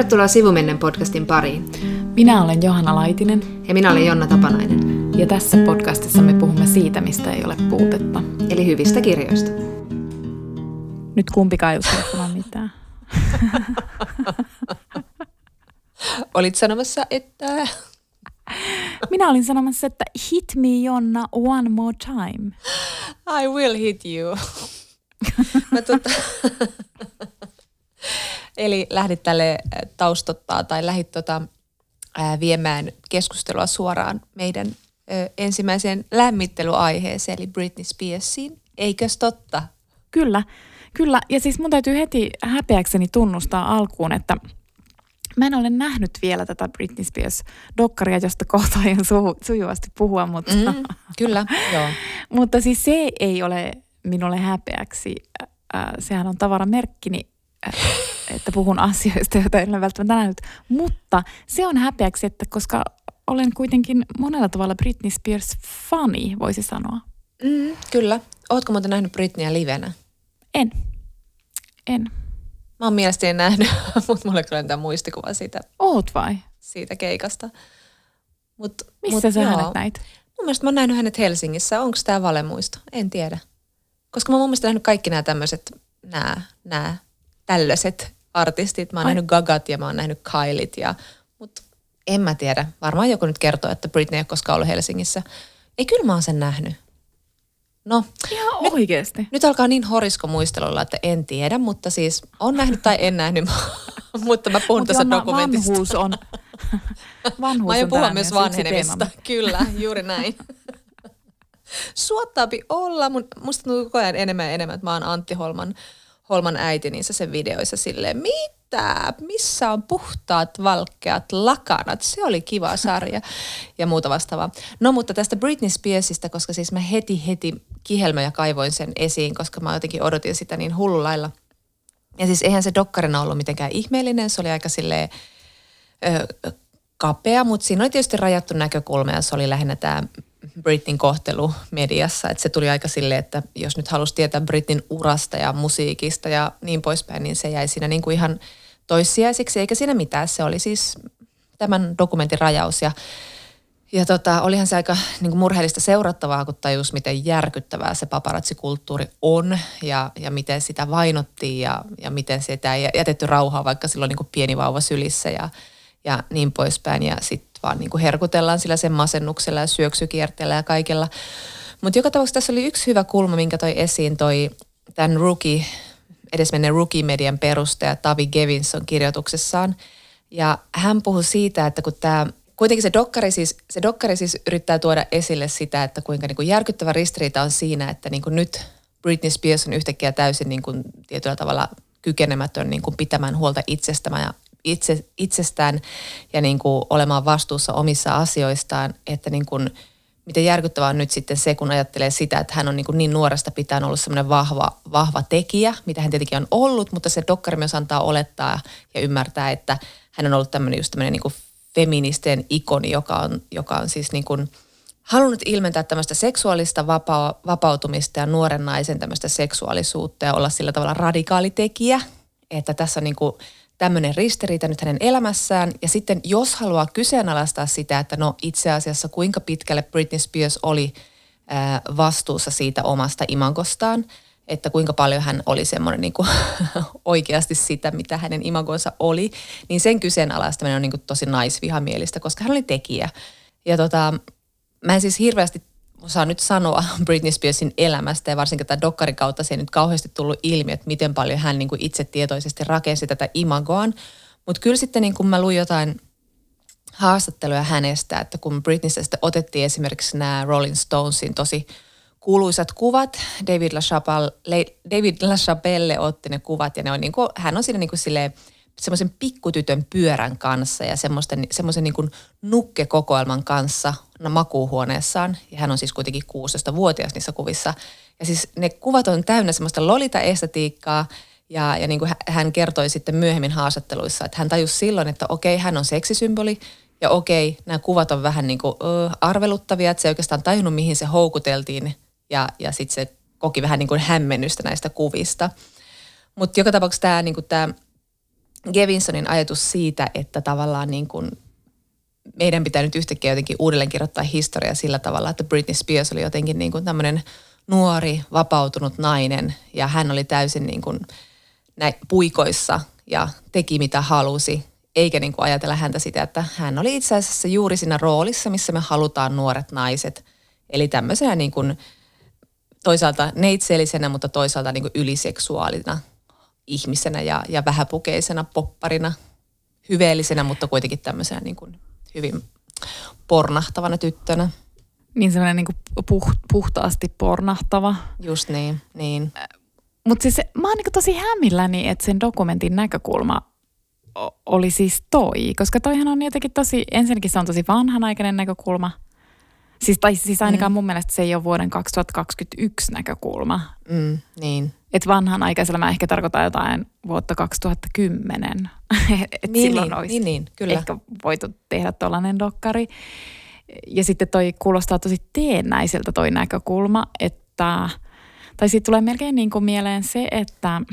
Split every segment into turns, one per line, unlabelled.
Tervetuloa Sivumennen podcastin pariin.
Minä olen Johanna Laitinen.
Ja minä olen Jonna Tapanainen.
Ja tässä podcastissa me puhumme siitä, mistä ei ole puutetta.
Eli hyvistä kirjoista.
Nyt kumpikaan ei uskalla sanoa mitään.
Olit sanomassa, että...
Minä olin sanomassa, että hit me Jonna one more time.
I will hit you. Eli lähdit tälle taustottaa tai lähdit viemään keskustelua suoraan meidän ensimmäiseen lämmittelyaiheeseen, eli Britney Spearsiin. Eikös totta?
Kyllä. Ja siis mun täytyy heti häpeäkseni tunnustaa alkuun, että mä en ole nähnyt vielä tätä Britney Spears-dokkaria, josta kohta aion sujuvasti puhua, mutta...
Kyllä, joo.
Mutta siis se ei ole minulle häpeäksi. Sehän on tavaramerkkini, että puhun asioista, joita en ole välttämättä nähnyt. Mutta se on häpeäksi, että koska olen kuitenkin monella tavalla Britney Spears-fani, voisi sanoa.
Kyllä. Ootko muuten nähnyt Britneyä livenä?
En.
Mä oon mielestäni nähnyt, mutta mulla kyllä on tämä muistikuva siitä.
Oot vai?
Siitä keikasta.
Missä sä hänet näit?
Mun mielestä mä oon nähnyt hänet Helsingissä. Onko tämä valemuisto? En tiedä. Koska mä oon mun mielestä nähnyt kaikki nämä tämmöiset, nämä tällöiset artistit. Mä oon nähnyt Gagat ja mä oon nähnyt Kylit. Mutta en mä tiedä. Varmaan joku nyt kertoo, että Britney ei ole koskaan ollut Helsingissä. Ei, kyllä mä oon sen nähnyt. No,
ihan oikeasti.
Nyt alkaa niin horisko muistelulla, että en tiedä, mutta siis on nähnyt tai en nähnyt, mutta mä puhun tässä dokumentista.
Vanhuus on
mä aion puhua myös vanhenemista. Kyllä, juuri näin. Suottaapi olla. Musta tuntuu koko ajan enemmän ja enemmän, että mä oon Antti Holman äiti niissä sen videoissa silleen, mitä? Missä on puhtaat, valkeat lakanat? Se oli kiva sarja ja muuta vastaavaa. No mutta tästä Britney Spearsista, koska siis mä heti kihelmöjä kaivoin sen esiin, koska mä jotenkin odotin sitä niin hullulailla. Ja siis eihän se dokkarina ollut mitenkään ihmeellinen, se oli aika silleen kapea, mutta siinä oli tietysti rajattu näkökulma ja se oli lähinnä tämä Britneyn kohtelu mediassa, että se tuli aika silleen, että jos nyt halusi tietää Britneyn urasta ja musiikista ja niin poispäin, niin se jäi siinä niin kuin ihan toissijaiseksi, eikä siinä mitään. Se oli siis tämän dokumentin rajaus ja olihan se aika niin kuin murheellista seurattavaa, kun tajus, miten järkyttävää se paparazzikulttuuri on ja miten sitä vainottiin ja miten sitä ei jätetty rauhaa, vaikka silloin niin kuin pieni vauva sylissä ja niin poispäin ja sitten vaan niin kuin herkutellaan sillä sen masennuksella ja syöksykierteellä ja kaikella. Mutta joka tapauksessa tässä oli yksi hyvä kulma, minkä toi esiin tämän edesmenneen Rookie-median perustaja Tavi Gevinson kirjoituksessaan. Ja hän puhui siitä, että kun kuitenkin se dokkari siis yrittää tuoda esille sitä, että kuinka niin kuin järkyttävä ristiriita on siinä, että niin kuin nyt Britney Spears on yhtäkkiä täysin niin kuin tietyllä tavalla kykenemätön niin kuin pitämään huolta itsestään ja niin kuin olemaan vastuussa omissa asioistaan, että niin kuin, miten järkyttävää on nyt sitten se, kun ajattelee sitä, että hän on niin nuoresta pitäen ollut semmoinen vahva tekijä, mitä hän tietenkin on ollut, mutta se dokkari myös antaa olettaa ja ymmärtää, että hän on ollut tämmöinen niin kuin feministinen ikoni, joka on siis niin kuin halunnut ilmentää tämmöistä seksuaalista vapautumista ja nuoren naisen tämmöistä seksuaalisuutta ja olla sillä tavalla radikaali tekijä, että tässä on niin kuin tämmöinen ristiriita nyt hänen elämässään. Ja sitten jos haluaa kyseenalaistaa sitä, että no itse asiassa kuinka pitkälle Britney Spears oli vastuussa siitä omasta imagostaan, että kuinka paljon hän oli semmoinen niin kuin oikeasti sitä, mitä hänen imagonsa oli, niin sen kyseenalaistaminen on niin kuin tosi naisvihamielistä, koska hän oli tekijä. Ja mä en siis hirveästi osaa nyt sanoa Britney Spearsin elämästä ja varsinkin tätä dokkarin kautta se ei nyt kauheasti tullut ilmi, että miten paljon hän niin kuin itse tietoisesti rakensi tätä imagoaan. Mutta kyllä sitten niin kun mä luin jotain haastatteluja hänestä, että kun Britneystä sitten otettiin esimerkiksi nämä Rolling Stonesin tosi kuuluisat kuvat, David LaChapelle otti ne kuvat ja ne on niin kuin, hän on siinä niin kuin silleen semmoisen pikkutytön pyörän kanssa ja semmoisen niin kuin nukkekokoelman kanssa makuuhuoneessaan. Ja hän on siis kuitenkin 16-vuotias niissä kuvissa. Ja siis ne kuvat on täynnä semmoista lolita-estetiikkaa. Ja niin kuin hän kertoi sitten myöhemmin haastatteluissa, että hän tajusi silloin, että okei, hän on seksisymboli. Ja okei, nämä kuvat on vähän niin kuin arveluttavia, että se ei oikeastaan tajunnut, mihin se houkuteltiin. Ja sitten se koki vähän niin kuin hämmennystä näistä kuvista. Mutta joka tapauksessa tämä Gevinsonin ajatus siitä, että tavallaan niin kuin meidän pitää nyt yhtäkkiä jotenkin uudelleen kirjoittaa historia sillä tavalla, että Britney Spears oli jotenkin niin kuin tämmöinen nuori, vapautunut nainen ja hän oli täysin niin kuin puikoissa ja teki mitä halusi, eikä niin kuin ajatella häntä sitä, että hän oli itse asiassa juuri siinä roolissa, missä me halutaan nuoret naiset. Eli tämmöisenä niin kuin toisaalta neitseellisenä, mutta toisaalta niin kuin yliseksuaalina ihmisenä ja vähäpukeisena popparina, hyveellisenä, mutta kuitenkin tämmöisenä niin kuin hyvin pornahtavana tyttönä.
Niin semmoinen niin kuin puhtaasti pornahtava.
Just niin.
Mutta siis mä oon niin tosi hämmilläni, että sen dokumentin näkökulma oli siis toi, koska toihan on jotenkin ensinnäkin se on tosi vanhanaikainen näkökulma. Siis ainakaan mun mielestä se ei ole vuoden 2021 näkökulma.
Niin.
Että vanhanaikaisella mä ehkä tarkoitan jotain vuotta 2010. Että silloin olisi
kyllä.
ehkä voitu tehdä tollainen dokkari. Ja sitten toi kuulostaa tosi teennäiseltä toi näkökulma, että, tai siitä tulee melkein niin kuin mieleen se, että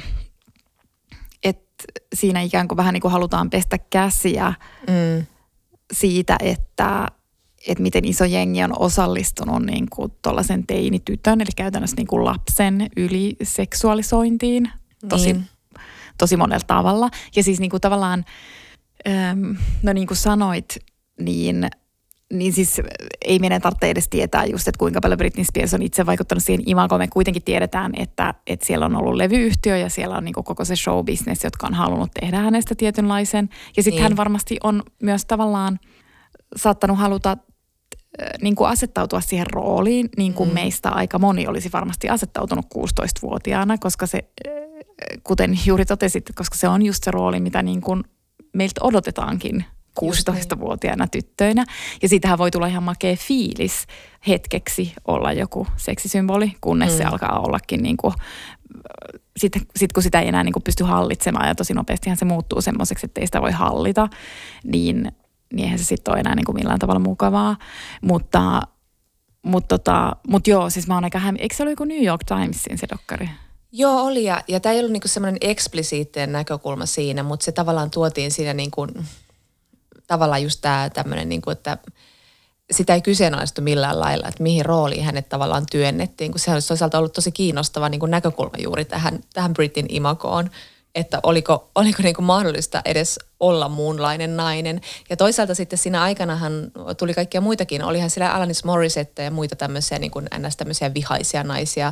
siinä ikään kuin vähän niin kuin halutaan pestä käsiä siitä, että miten iso jengi on osallistunut niin kuin tuollaisen teinitytön, eli käytännössä niin kuin lapsen yliseksuaalisointiin tosi monella tavalla. Ja siis niin kuin tavallaan, no niin kuin sanoit, niin siis ei meidän tarvitse edes tietää just, että kuinka paljon Britney Spears on itse vaikuttanut siihen imagoon. Me kuitenkin tiedetään, että siellä on ollut levyyhtiö ja siellä on niin kuin koko se show-business, jotka on halunnut tehdä hänestä tietynlaisen. Ja sitten hän varmasti on myös tavallaan saattanut haluta niin kuin asettautua siihen rooliin, niin kuin meistä aika moni olisi varmasti asettautunut 16-vuotiaana, koska se, kuten juuri totesit, koska se on just se rooli, mitä niin kuin meiltä odotetaankin 16-vuotiaana tyttöinä. Ja siitähän voi tulla ihan makea fiilis hetkeksi olla joku seksisymboli, kunnes se alkaa ollakin niin kuin, sit kun sitä ei enää niin kuin pysty hallitsemaan ja tosi nopeastihan se muuttuu semmoiseksi, että ei sitä voi hallita, niin eihän se sitten ole enää niin kuin millään tavalla mukavaa. Mutta joo, siis mä oon aika eikö se ole joku New York Timesin se dokkari?
Joo, oli ja tämä ei ollut niinku semmoinen eksplisiittinen näkökulma siinä, mutta se tavallaan tuotiin siinä niinku, tavallaan just tämä tämmöinen, niinku, että sitä ei kyseenalaistu millään lailla, että mihin rooliin hänet tavallaan työnnettiin, kun sehän olisi toisaalta ollut tosi kiinnostava niinku näkökulma juuri tähän Britin imagoon, että oliko niinku mahdollista edes olla muunlainen nainen. Ja toisaalta sitten siinä aikanahan tuli kaikkia muitakin, olihan siellä Alanis Morissette ja muita tämmöisiä niin kuin ns. Tämmöisiä vihaisia naisia,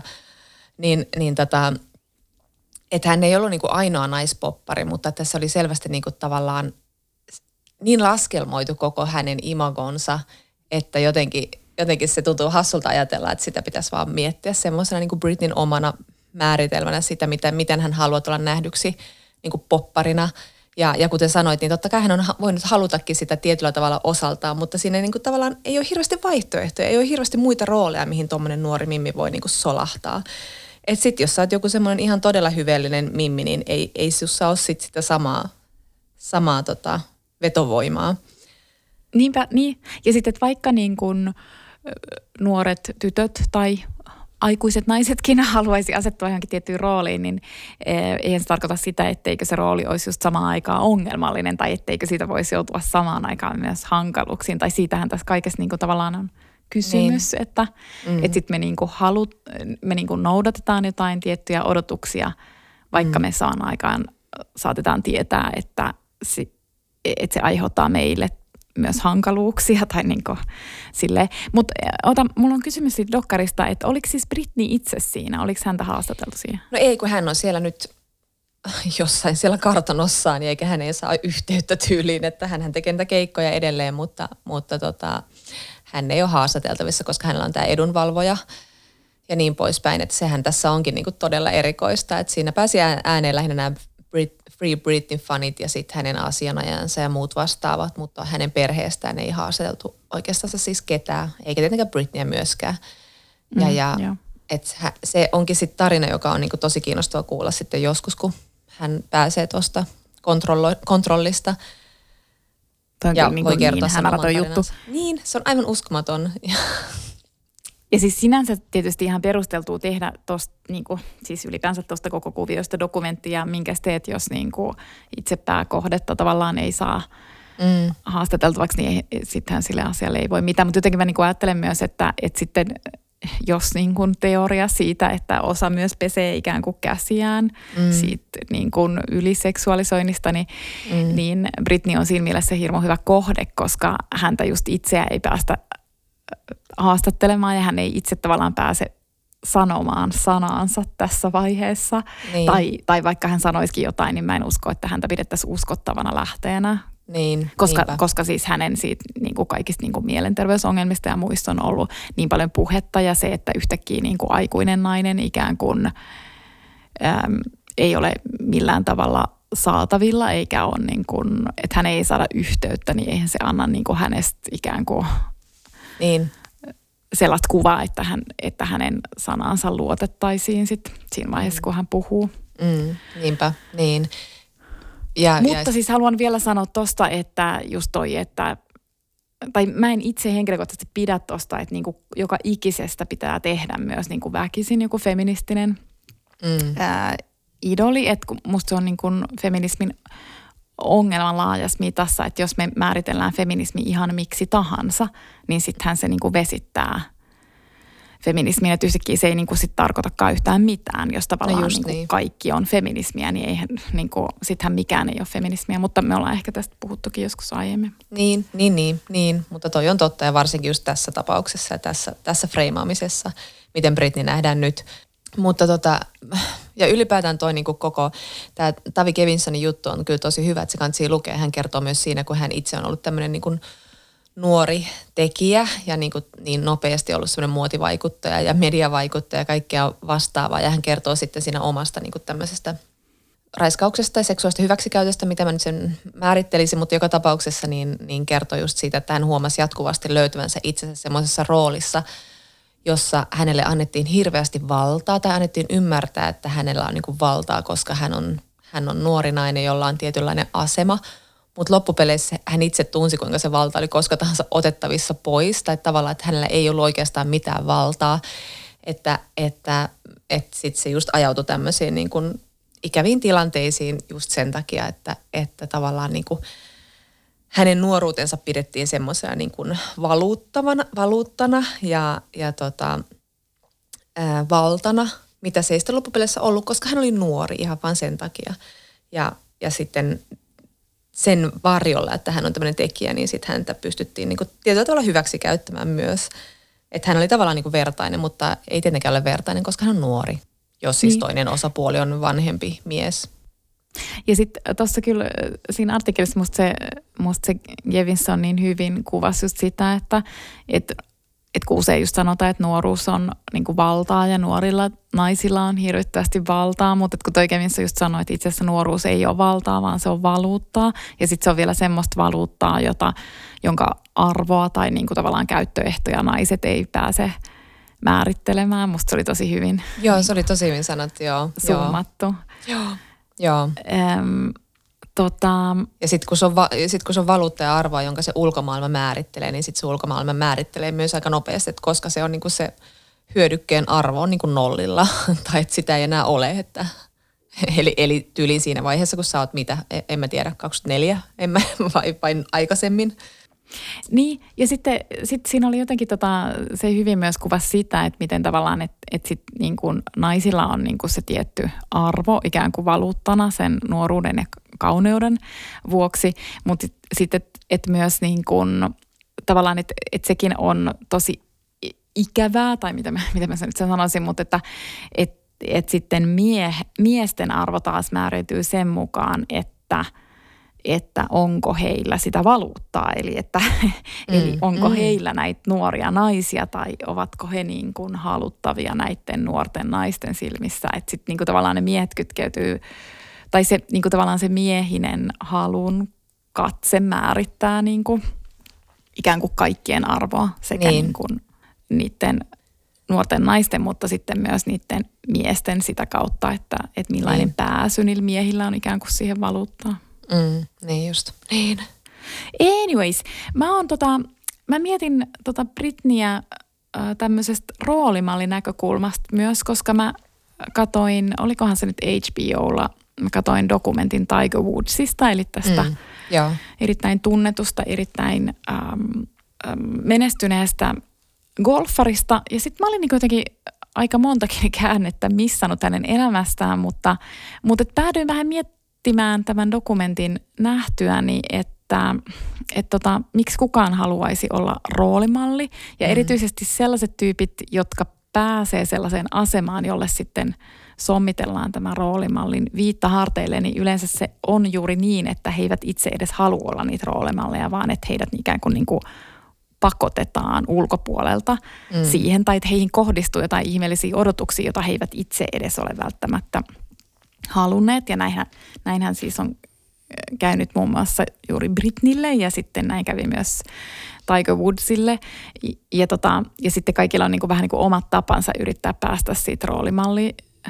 että hän ei ollut niin kuin ainoa naispoppari, mutta tässä oli selvästi niin kuin tavallaan niin laskelmoitu koko hänen imagonsa, että jotenkin se tuntuu hassulta ajatella, että sitä pitäisi vaan miettiä semmoisena niin kuin Britneyn omana määritelmänä sitä, miten hän haluaa olla nähdyksi niin kuin popparina. Ja kuten sanoit, niin totta kai hän on voinut halutakin sitä tietyllä tavalla osaltaan, mutta siinä niin kuin tavallaan ei ole hirveästi vaihtoehtoja, ei ole hirveästi muita rooleja, mihin tuommoinen nuori mimmi voi niin kuin solahtaa. Että sitten jos sä oot joku semmoinen ihan todella hyveellinen mimmi, niin ei sussa ole sit sitä samaa vetovoimaa.
Niinpä, niin. Ja sitten vaikka niin kuin nuoret tytöt tai aikuiset naisetkin haluaisi asettua johonkin tiettyyn rooliin, niin eihän se tarkoita sitä, etteikö se rooli olisi just samaan aikaan ongelmallinen tai etteikö siitä voisi joutua samaan aikaan myös hankaluuksiin. Tai siitähän tässä kaikessa niin kuin tavallaan on kysymys, niin. Että sitten me niin kuin noudatetaan jotain tiettyjä odotuksia, vaikka me saatetaan tietää, että se aiheuttaa meille myös hankaluuksia tai niin kuin silleen. Mutta mulla on kysymys siitä dokkarista, että oliko siis Britney itse siinä? Oliko häntä haastateltu siinä?
No ei, kun hän on siellä nyt jossain siellä kartanossaan, eikä hän ei saa yhteyttä tyyliin, että hän tekee niitä keikkoja edelleen, mutta hän ei ole haastateltavissa, koska hänellä on tämä edunvalvoja ja niin poispäin, että sehän tässä onkin niin kuin todella erikoista, että siinä pääsi ääneen lähinnä nämä Free Britney fanit ja sitten hänen asianajansa ja muut vastaavat, mutta hänen perheestään ei haastateltu oikeastaan siis ketään, eikä tietenkään Britneyä myöskään. Se onkin sitten tarina, joka on niinku tosi kiinnostava kuulla sitten joskus, kun hän pääsee tuosta kontrollista.
Toi on ja voi kertoa niin hämärä toi juttu.
Niin, se on aivan uskomaton.
Ja siis sinänsä tietysti ihan perusteltua tehdä tosta, niinku, siis ylipäänsä tuosta koko kuviosta dokumenttia, minkä teet, jos niinku itse pääkohdetta tavallaan ei saa haastateltavaksi, niin sittenhän sille asialle ei voi mitään. Mutta jotenkin mä niinku ajattelen myös, että sitten jos niin kuin teoria siitä, että osa myös pesee ikään kuin käsiään siitä niin kuin yliseksuaalisoinnista, niin Britney on siinä mielessä hirmu hyvä kohde, koska häntä just itseä ei päästä haastattelemaan ja hän ei itse tavallaan pääse sanomaan sanaansa tässä vaiheessa. Niin. Tai vaikka hän sanoisikin jotain, niin mä en usko, että häntä pidettäisiin uskottavana lähteenä.
Niin,
koska siis hänen siitä niin kuin kaikista niin kuin mielenterveysongelmista ja muista on ollut niin paljon puhetta ja se, että yhtäkkiä niin kuin aikuinen nainen ikään kuin ei ole millään tavalla saatavilla eikä ole niin kuin, että hän ei saada yhteyttä, niin eihän se anna niin kuin hänestä ikään kuin sellaista kuvaa, että hänen sanansa luotettaisiin sit siinä vaiheessa, kun hän puhuu.
Niinpä, niin.
Mutta siis haluan vielä sanoa tosta, että just toi, että tai mä en itse henkilökohtaisesti pidä tosta, että niinku joka ikisestä pitää tehdä myös niinku väkisin joku feministinen idoli. Että musta se on niinku feminismin ongelman laajassa mitassa, että jos me määritellään feminismi ihan miksi tahansa, niin sittenhän se niinku vesittää feminismiä, että yhtäkkiä se ei niinku sit tarkoitakaan yhtään mitään, jos tavallaan niinku kaikki on feminismiä, niin eihän niinku, sittenhän mikään ei ole feminismiä, mutta me ollaan ehkä tästä puhuttukin joskus aiemmin.
Niin, mutta toi on totta ja varsinkin just tässä tapauksessa ja tässä freimaamisessa, miten Britney nähdään nyt. Mutta ja ylipäätään toi niinku koko, tämä Tavi Gevinsonin juttu on kyllä tosi hyvä, että se kannattaa lukea. Hän kertoo myös siinä, kun hän itse on ollut tämmöinen niinku nuori tekijä ja niin nopeasti ollut semmoinen muotivaikuttaja ja mediavaikuttaja ja kaikkea vastaavaa. Ja hän kertoo sitten siinä omasta niin kuin tämmöisestä raiskauksesta tai seksuaalista hyväksikäytöstä, mitä mä nyt sen määrittelisin, mutta joka tapauksessa niin kertoo just siitä, että hän huomasi jatkuvasti löytyvänsä itsensä semmoisessa roolissa, jossa hänelle annettiin hirveästi valtaa tai annettiin ymmärtää, että hänellä on niin kuin valtaa, koska hän on nuori nainen, jolla on tietynlainen asema. Mutta loppupeleissä hän itse tunsi, kuinka se valta oli koska tahansa otettavissa pois. Tai tavallaan, että hänellä ei ollut oikeastaan mitään valtaa. Että sitten se just ajautui tämmöisiin niin kuin ikäviin tilanteisiin just sen takia, että tavallaan niin kuin hänen nuoruutensa pidettiin semmoisena niin kuin valuuttana ja valtana, mitä se ei sitten loppupeleissä ollut, koska hän oli nuori ihan vaan sen takia. Ja sitten sen varjolla, että hän on tämmöinen tekijä, niin sitten häntä pystyttiin niin kuin tietyllä tavalla hyväksi käyttämään myös. Että hän oli tavallaan niin kuin vertainen, mutta ei tietenkään ole vertainen, koska hän on nuori, jos siis toinen osapuoli on vanhempi mies.
Ja sitten tuossa kyllä siinä artikkelissa musta se Gevinson niin hyvin kuvasi just sitä, että kun usein just sanotaan, että nuoruus on niin kuin valtaa ja nuorilla naisilla on hirvittävästi valtaa, mutta kun toi Gevinson just sanoi, että itse asiassa nuoruus ei ole valtaa, vaan se on valuuttaa. Ja sitten se on vielä semmoista valuuttaa, jonka arvoa tai niin kuin tavallaan käyttöehtoja naiset ei pääse määrittelemään. Musta se oli tosi hyvin.
Joo, se oli tosi hyvin sanottu, joo.
Summattu.
Joo. Ja sitten kun se on valuutta ja arvoa, jonka se ulkomaailma määrittelee, niin sitten se ulkomaailma määrittelee myös aika nopeasti, että koska se on niinku se hyödykkeen arvo on niinku nollilla tai että sitä ei enää ole. Että, eli tyyliin siinä vaiheessa, kun sä oot mitä, en mä tiedä, 24, vai aikaisemmin.
Niin, ja sitten siinä oli jotenkin se hyvin myös kuvasi sitä, että miten tavallaan, että sit niin kuin naisilla on niin kuin se tietty arvo ikään kuin valuuttana sen nuoruuden ja kauneuden vuoksi, mutta sitten, että myös niin kuin tavallaan, että sekin on tosi ikävää, tai mitä mä sen nyt sanoisin, mutta että sitten miesten arvo taas määräytyy sen mukaan, että onko heillä sitä valuuttaa, eli onko heillä näitä nuoria naisia tai ovatko he niin kuin haluttavia näiden nuorten naisten silmissä. Että sitten niin kuin tavallaan ne miehet kytkeytyy, tai se niin kuin tavallaan se miehinen halun katse määrittää niin kuin ikään kuin kaikkien arvoa sekä niin kuin niiden nuorten naisten, mutta sitten myös niiden miesten sitä kautta, että millainen pääsy niillä miehillä on ikään kuin siihen valuuttaan.
Niin just. Niin.
Anyways, mä mietin Britneyä tämmöisestä roolimallin näkökulmasta myös, koska mä katoin, olikohan se nyt HBOlla, mä katoin dokumentin Tiger Woodsista, eli tästä erittäin tunnetusta, erittäin menestyneestä golfarista. Ja sitten mä olin niin jotenkin aika montakin käännettä missannut hänen elämästään, mutta päädyin vähän miettimään tämän dokumentin nähtyäni, että miksi kukaan haluaisi olla roolimalli. Ja erityisesti sellaiset tyypit, jotka pääsee sellaiseen asemaan, jolle sitten sommitellaan tämän roolimallin viittaharteille, niin yleensä se on juuri niin, että he eivät itse edes halua olla niitä roolimalleja, vaan että heidät ikään kuin pakotetaan ulkopuolelta siihen, tai että heihin kohdistuu jotain ihmeellisiä odotuksia, joita he eivät itse edes ole välttämättä halunneet. Ja näinhän siis on käynyt muun muassa juuri Britneylle ja sitten näin kävi myös Tiger Woodsille. Ja sitten kaikilla on vähän niin kuin omat tapansa yrittää päästä siitä roolimalli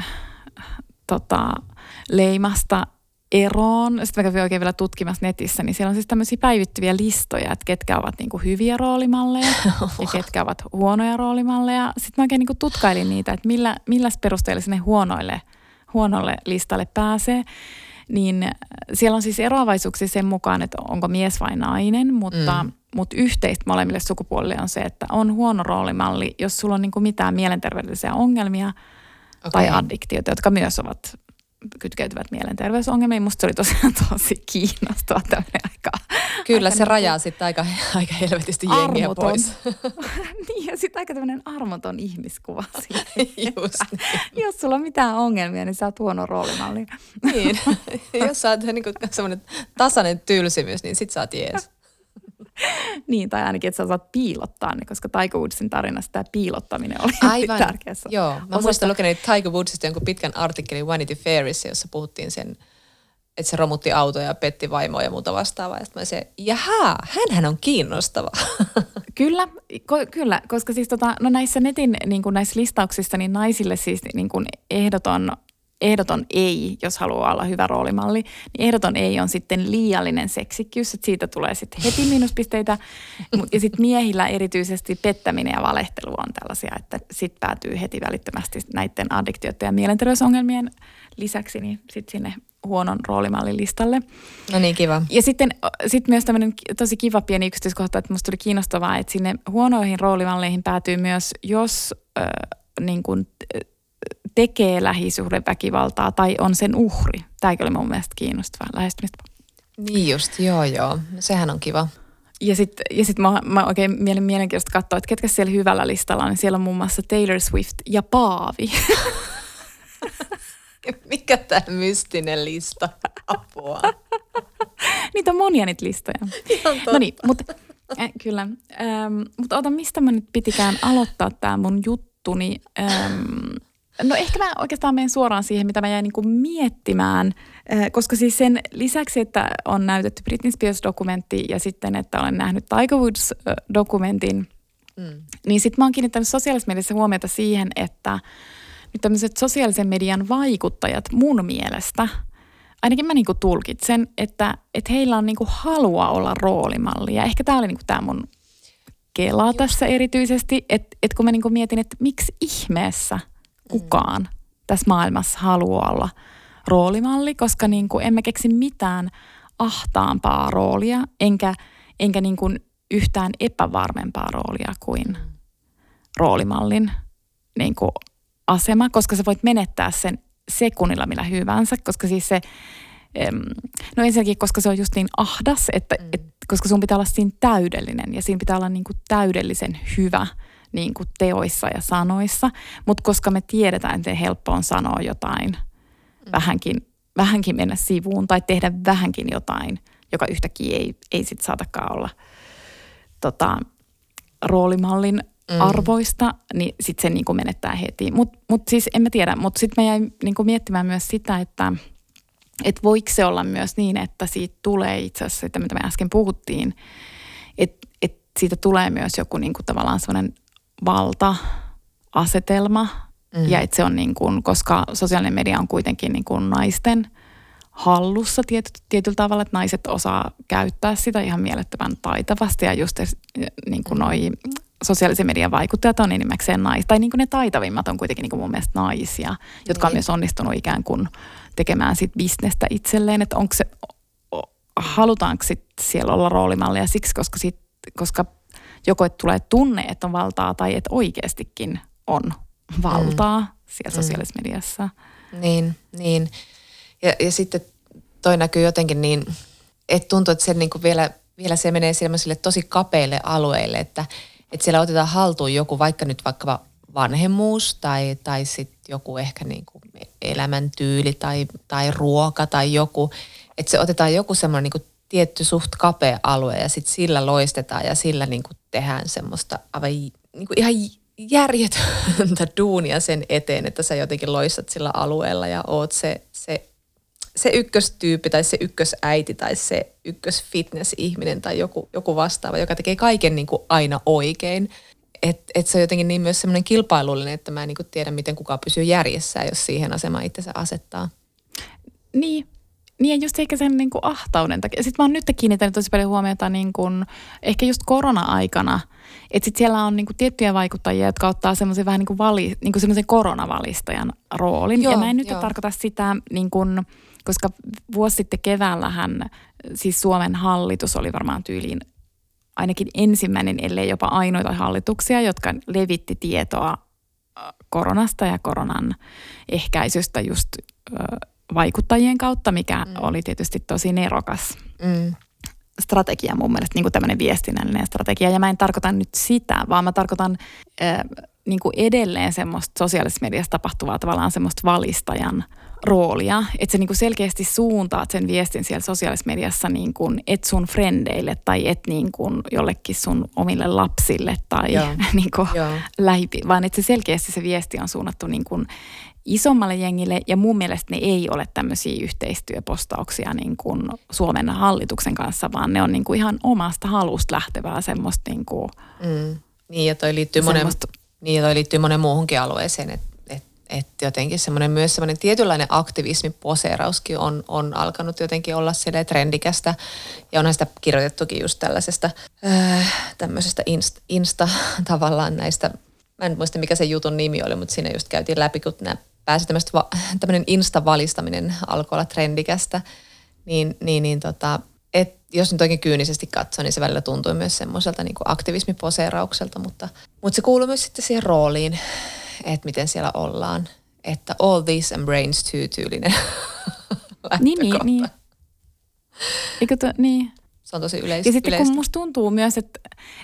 leimasta eroon. Sitten mä kävin oikein vielä tutkimassa netissä, niin siellä on siis tämmöisiä päivittyviä listoja, että ketkä ovat niin kuin hyviä roolimalleja ja ketkä ovat huonoja roolimalleja. Sitten mä oikein niin kuin tutkailin niitä, että millä perusteella sinne huonolle listalle pääsee. Niin siellä on siis eroavaisuuksia sen mukaan, että onko mies vai nainen, mutta yhteistä molemmille sukupuolille on se, että on huono roolimalli, jos sulla on niin kuin mitään mielenterveydellisiä ongelmia tai addiktioita, jotka myös kytkeytyvät mielenterveysongelmiin. Musta se oli tosiaan tosi kiinnostava tämmöinen aika.
Kyllä se rajaa sitten aika helvetisti jengiä pois.
Niin ja sitten aika tämmöinen armoton ihmiskuva.
Just niin.
Jos sulla on mitään ongelmia, niin sä oot huono roolimalli.
Niin, jos sä oot niinku semmoinen tasainen tylsimys, niin sit sä oot jees.
Niin, tai ainakin, että sä saat piilottaa ne, koska Tiger Woodsin tarinassa tämä piilottaminen oli aivan tärkeässä.
Joo, mä muistan lukenut Tiger Woodsista jonkun pitkän artikkelin Vanity Fairissa, jossa puhuttiin sen, että se romutti autoja, petti vaimoa ja muuta vastaavaa. Ja sitten mä se, jaha, hänhän on kiinnostava.
Kyllä, koska siis näissä netin niin kuin näissä listauksissa, niin naisille siis niin kuin ehdoton ei, jos haluaa olla hyvä roolimalli, niin ehdoton ei on sitten liiallinen seksikkyys, että siitä tulee sitten heti miinuspisteitä. Ja sitten miehillä erityisesti pettäminen ja valehtelu on tällaisia, että sitten päätyy heti välittömästi näiden addiktioiden ja mielenterveysongelmien lisäksi niin sitten sinne huonon roolimallin listalle.
No niin, kiva.
Ja sitten myös tämmöinen tosi kiva pieni yksityiskohta, että musta tuli kiinnostavaa, että sinne huonoihin roolimalleihin päätyy myös, jos niin kuin tekee lähisuhdeväkivaltaa tai on sen uhri. Tämäkin oli mun mielestä kiinnostava lähestymistä.
Niin just, joo. Sehän on kiva.
Ja sit mä oikein mielenkiintoista katsoa, että ketkä siellä hyvällä listalla on. Siellä on muun muassa Taylor Swift ja Paavi.
Mikä tämä mystinen lista? Apua.
Niitä on monia niitä listoja. No niin, kyllä. Mutta ota, mistä mä nyt pitikään aloittaa tämä mun juttuni? No ehkä mä oikeastaan menen suoraan siihen, mitä mä jäin niinku miettimään, koska siis sen lisäksi, että on näytetty Britney Spears-dokumentti ja sitten, että olen nähnyt Tiger Woods-dokumentin, niin sitten mä oon kiinnittänyt sosiaalisessa mediassa huomiota siihen, että nyt tämmöiset sosiaalisen median vaikuttajat mun mielestä, ainakin mä niinku tulkitsen, että heillä on niinku halua olla roolimalli. Ja ehkä tää oli niinku tää mun kela tässä erityisesti, että kun mä niinku mietin, että miksi ihmeessä kukaan tässä maailmassa haluaa olla roolimalli, koska niin kuin en mä keksi mitään ahtaampaa roolia, enkä niin kuin yhtään epävarmempaa roolia kuin roolimallin niin kuin asema, koska sä voit menettää sen sekunnilla millä hyvänsä, koska siis se, no ensinnäkin, koska se on just niin ahdas, että koska sun pitää olla siinä täydellinen ja siinä pitää olla niin kuin täydellisen hyvä niin kuin teoissa ja sanoissa, mutta koska me tiedetään, että helppo on sanoa jotain, vähänkin mennä sivuun tai tehdä vähänkin jotain, joka yhtäkkiä ei sit saatakaan olla roolimallin arvoista, niin sitten se niin kuin menettää heti. Mut siis en mä tiedä, mutta sitten mä jäin niin kuin miettimään myös sitä, että voiko se olla myös niin, että siitä tulee itse asiassa, mitä me äsken puhuttiin, että siitä tulee myös joku niin kuin tavallaan sellainen valta-asetelma ja että se on niin kuin, koska sosiaalinen media on kuitenkin niin kuin naisten hallussa tietyllä tavalla, että naiset osaa käyttää sitä ihan mielettömän taitavasti ja just niin kuin noi sosiaalisen median vaikuttajat on enimmäkseen tai niin kuin ne taitavimmat on kuitenkin niin kuin mun mielestä naisia, jotka on myös onnistunut ikään kuin tekemään sit bisnestä itselleen, että onko se, halutaanko sit siellä olla roolimallia siksi, koska joko et tulee tunne, että on valtaa tai että oikeastikin on valtaa siellä sosiaalisessa mediassa.
Niin. Ja sitten toi näkyy jotenkin niin, että tuntuu, että se niin kuin vielä se menee sellaisille tosi kapeille alueille, että siellä otetaan haltuun joku vaikka vanhemmuus tai sitten joku ehkä niin kuin elämäntyyli tai ruoka tai joku. Että se otetaan joku semmoinen niin kuin tietty suht kapea alue ja sitten sillä loistetaan ja sillä niin kuin tehdään semmoista aivan niin kuin ihan järjetöntä duunia sen eteen, että sä jotenkin loistat sillä alueella ja oot se ykköstyyppi tai se ykkösäiti tai se ykkösfitness-ihminen tai joku vastaava, joka tekee kaiken niin kuin aina oikein. Et se on jotenkin niin myös semmoinen kilpailullinen, että mä en niin kuin tiedä, miten kukaan pysyy järjessä, jos siihen asemaan itsensä asettaa.
Niin ja just ehkä sen niin kuin ahtauden takia. Sitten mä oon nyt kiinnittänyt tosi paljon huomiota niin kuin, ehkä just korona-aikana, että sitten siellä on niin kuin tiettyjä vaikuttajia, jotka ottaa semmoisen vähän niin kuin semmoisen koronavalistajan roolin. Ja mä en nyt tarkoita sitä niin kuin, koska vuosi sitten keväällähän siis Suomen hallitus oli varmaan tyyliin ainakin ensimmäinen, ellei jopa ainoita hallituksia, jotka levitti tietoa koronasta ja koronan ehkäisystä just vaikuttajien kautta, mikä oli tietysti tosi nerokas strategia mun mielestä, niin kuin tämmöinen viestinnällinen strategia. Ja mä en tarkoita nyt sitä, vaan mä tarkoitan niin kuin edelleen semmoista sosiaalisessa mediassa tapahtuvaa tavallaan semmoista valistajan roolia, että se niin kuin selkeästi suuntaat sen viestin siellä sosiaalisessa mediassa niin kuin et sun frendeille tai et niin kuin jollekin sun omille lapsille tai niin kuin vaan että se selkeästi se viesti on suunnattu niin kuin isommalle jengille ja mun mielestä ne ei ole tämmöisiä yhteistyöpostauksia niin kuin Suomen hallituksen kanssa, vaan ne on niin kuin ihan omasta halusta lähtevää semmoista niin kuin
Niin ja toi liittyy monen muuhunkin alueeseen, että jotenkin myös semmoinen tietynlainen aktivismiposeerauskin on alkanut jotenkin olla silleen trendikästä. Ja onhan sitä kirjoitettukin just tällaisesta tämmöisestä insta tavallaan näistä, mä en muista mikä se jutun nimi oli, mutta siinä just käytiin läpi, kun pääsi tämmöinen insta-valistaminen alkoi olla trendikästä. Et jos nyt oikein kyynisesti katsoo, niin se välillä tuntui myös semmoiselta niin kuin aktivismiposeeraukselta, mutta se kuuluu myös sitten siihen rooliin, että miten siellä ollaan. Että all this and brains too-tyylinen lähtökohta.
Niin. Niin.
Se on tosi yleistä.
Ja sitten kun musta tuntuu myös, että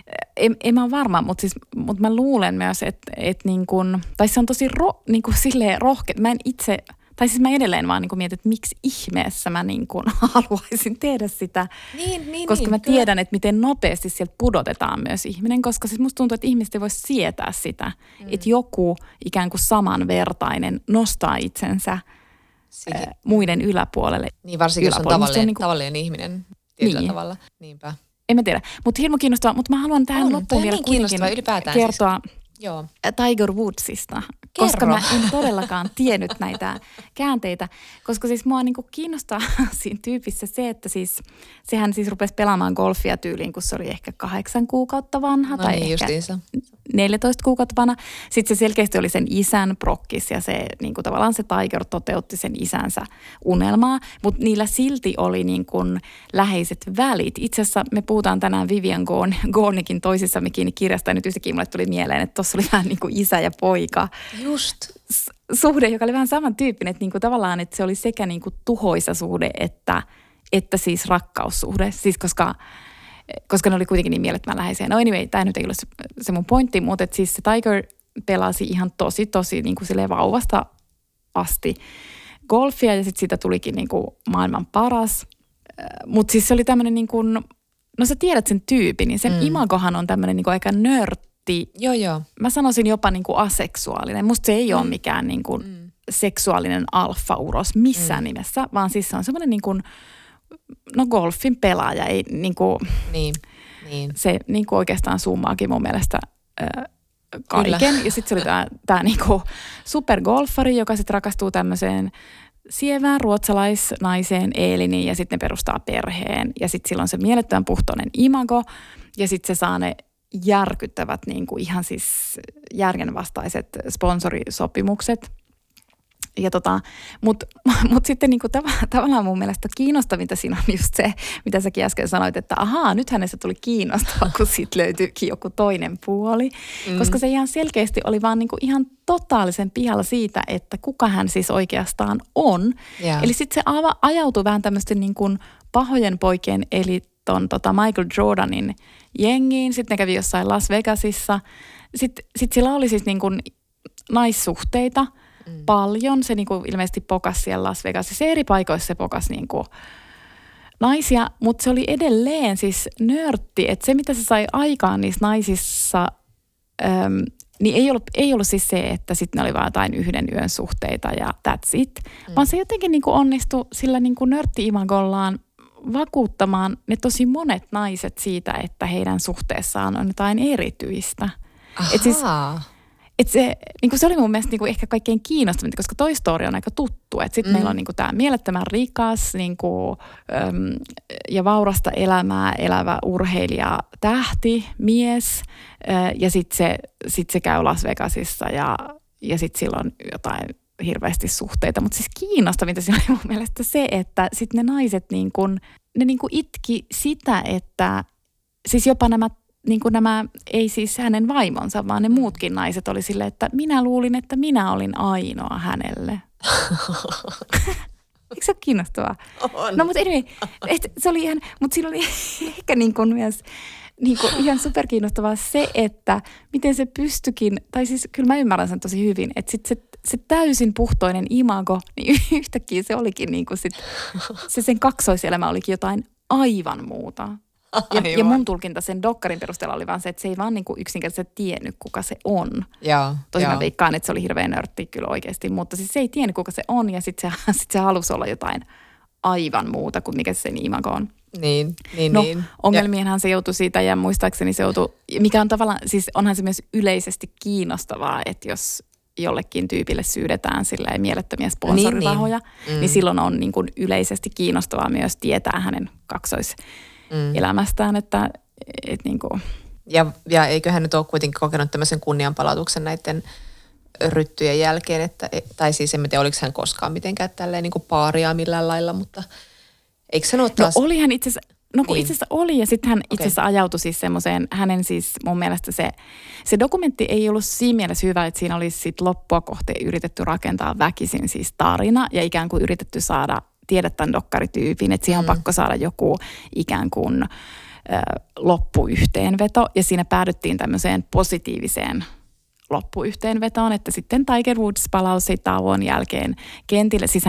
en mä ole varma, mutta mä luulen myös, että niin kun, tai se on tosi niin kun silleen rohkea. Mä en itse, tai siis mä edelleen vaan niin kun mietin, että miksi ihmeessä mä niin kun haluaisin tehdä sitä. Koska mä tiedän, että miten nopeasti sieltä pudotetaan myös ihminen, koska siis musta tuntuu, että ihmiset ei voi sietää sitä, että joku ikään kuin samanvertainen nostaa itsensä muiden yläpuolelle.
Niin varsinkin jos on tavallinen ihminen tietyllä tavalla. Niinpä.
En mä tiedä, mutta hirmu kiinnostavaa, mutta mä haluan tähän loppuun vielä kuitenkin kertoa Tiger Woodsista, koska mä en todellakaan tiennyt näitä käänteitä, koska siis mua niinku kiinnostaa siinä tyypissä se, että siis sehän siis rupesi pelaamaan golfia tyyliin, kun se oli ehkä 8 kuukautta vanha tai ehkä
justiinsa.
14 kuukautta vanha. Sitten se selkeästi oli sen isän prokkis ja se niinku tavallaan se Tiger toteutti sen isänsä unelmaa, mutta niillä silti oli niinku läheiset välit. Itse asiassa me puhutaan tänään Vivian Gornickin toisissamme kiinni kirjasta ja nyt yhtäkkiä mulle tuli mieleen, että tuossa oli vähän niin kuin isä ja poika.
Just.
Suhde, joka oli vähän samantyyppinen, että niin kuin tavallaan, että se oli sekä niin kuin tuhoisa suhde, että siis rakkaussuhde. Siis koska ne oli kuitenkin niin mielettömän läheisiä. No anyway, tämä nyt ei ole se mun pointti, mutta että siis se Tiger pelasi ihan tosi niin kuin silleen vauvasta asti golfia ja sitten siitä tulikin niin kuin maailman paras. Mutta siis se oli tämmöinen niin kuin, no sä tiedät sen tyypin, niin sen imagohan on tämmöinen niin kuin aika nörtti.
Joo.
Mä sanoisin jopa niin kuin aseksuaalinen. Musta se ei ole mikään niin kuin seksuaalinen alfa-uros missään nimessä, vaan siis se on semmoinen niin kuin, no golfin pelaaja. Ei, niin kuin,
niin.
Se niin kuin oikeastaan summaakin mun mielestä kaiken. Kyllä. Ja sitten se oli tämä niin kuin supergolfari, joka sitten rakastuu tämmöiseen sievään ruotsalaisnaiseen Eeliniin ja sitten ne perustaa perheen. Ja sitten sillä on se mielettömän puhtoinen imago ja sitten se saa ne järkyttävät niin kuin ihan siis järjenvastaiset sponsorisopimukset. Ja mutta sitten niinku tavallaan mun mielestä kiinnostavinta siinä on just se, mitä säkin äsken sanoit, että ahaa, nyt hänestä tuli kiinnostava, kun siitä löytyykin joku toinen puoli. Koska se ihan selkeästi oli vaan niinku ihan totaalisen pihalla siitä, että kuka hän siis oikeastaan on. Yeah. Eli sitten se ajautui vähän tämmöisten niinku pahojen poikien, eli ton Michael Jordanin jengiin. Sitten ne kävi jossain Las Vegasissa. Sitten sillä oli siis niinku naissuhteita. Paljon. Se niinku ilmeisesti pokasi siellä Las Vegasissa. Eri paikoissa se pokasi niinku naisia, mutta se oli edelleen siis nörtti. Että se, mitä se sai aikaan niissä naisissa, niin ei ollut siis se, että sitten ne oli vaan jotain yhden yön suhteita ja that's it. Vaan se jotenkin niinku onnistui sillä niinku nörtti-imagollaan vakuuttamaan ne tosi monet naiset siitä, että heidän suhteessaan on jotain erityistä. Että se oli mun mielestä niinku ehkä kaikkein kiinnostavinta, koska toi story on aika tuttu. Että sitten meillä on niinku tämä mielettömän rikas niinku, ja vaurasta elämää elävä urheilija, tähti, mies. Ja sitten se käy Las Vegasissa ja sitten sillä on jotain hirveästi suhteita. Mutta siis kiinnostavinta siinä oli mun mielestä se, että sitten ne naiset ne itki sitä, että siis jopa nämä, ei siis hänen vaimonsa, vaan ne muutkin naiset oli silleen, että minä luulin, että minä olin ainoa hänelle. Eikö se ole kiinnostavaa?
On.
No mutta anyway, se oli ihan, mutta siinä oli ehkä myös ihan superkiinnostavaa se, että miten se pystyikin, tai siis kyllä mä ymmärrän sen tosi hyvin, että sitten se täysin puhtoinen imago, niin yhtäkkiä se olikin se sen kaksoiselämä olikin jotain aivan muuta. Ja mun tulkinta sen dokkarin perusteella oli vaan se, että se ei vaan yksinkertaisesti tiennyt, kuka se on. Tosin mä veikkaan, että se oli hirveän nörtti kyllä oikeasti, mutta siis se ei tiennyt, kuka se on ja sitten se halusi olla jotain aivan muuta kuin mikä se sen imago on.
Niin.
Ongelmienhan se joutui siitä ja muistaakseni se joutui, mikä on tavallaan, siis onhan se myös yleisesti kiinnostavaa, että jos jollekin tyypille syydetään silleen mielettömiä sponsorirahoja, niin silloin on niin kuin yleisesti kiinnostavaa myös tietää hänen kaksoiselämästään, että niin kuin.
Ja eiköhän nyt ole kuitenkin kokenut tämmöisen kunnianpalautuksen näiden ryttyjen jälkeen, tai siis en tiedä, oliko hän koskaan mitenkään tälleen niin kuin paaria millään lailla, mutta eikö se ole taas?
No olihan itse asiassa. No kun itse asiassa oli ja sitten hän itse asiassa ajautui siis semmoiseen, hänen siis mun mielestä se dokumentti ei ollut siinä mielessä hyvä, että siinä olisi sit loppua kohti yritetty rakentaa väkisin siis tarina ja ikään kuin yritetty saada tiedä tämän dokkarityypin, että siihen on pakko saada joku ikään kuin loppuyhteenveto ja siinä päädyttiin tämmöiseen positiiviseen loppuyhteenvetoon, että sitten Tiger Woods palasi tauon jälkeen kentille. Siis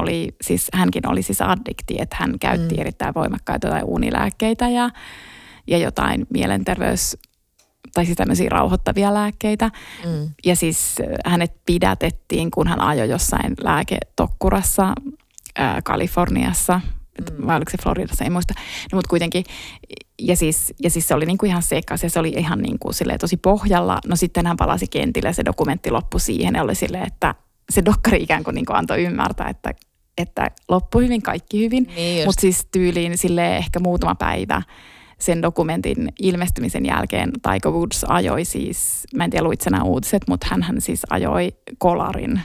hänkin oli siis addikti, että hän käytti erittäin voimakkaita tai unilääkkeitä ja jotain mielenterveys- tai siis tämmöisiä rauhoittavia lääkkeitä. Ja siis hänet pidätettiin, kun hän ajoi jossain lääketokkurassa Kaliforniassa. Vai oliko se Floridassa, en muista. No, mutta kuitenkin, ja siis se oli niinku ihan sekas ja se oli ihan niinku silleen tosi pohjalla. No sitten hän palasi kentille ja se dokumentti loppui siihen ja oli silleen, että se dokkari ikään kuin niinku antoi ymmärtää, että loppui hyvin, kaikki hyvin. Niin mutta siis tyyliin silleen ehkä muutama päivä sen dokumentin ilmestymisen jälkeen Tiger Woods ajoi siis, mä en tiedä luit sä nämä uutiset, mutta hän siis ajoi kolarin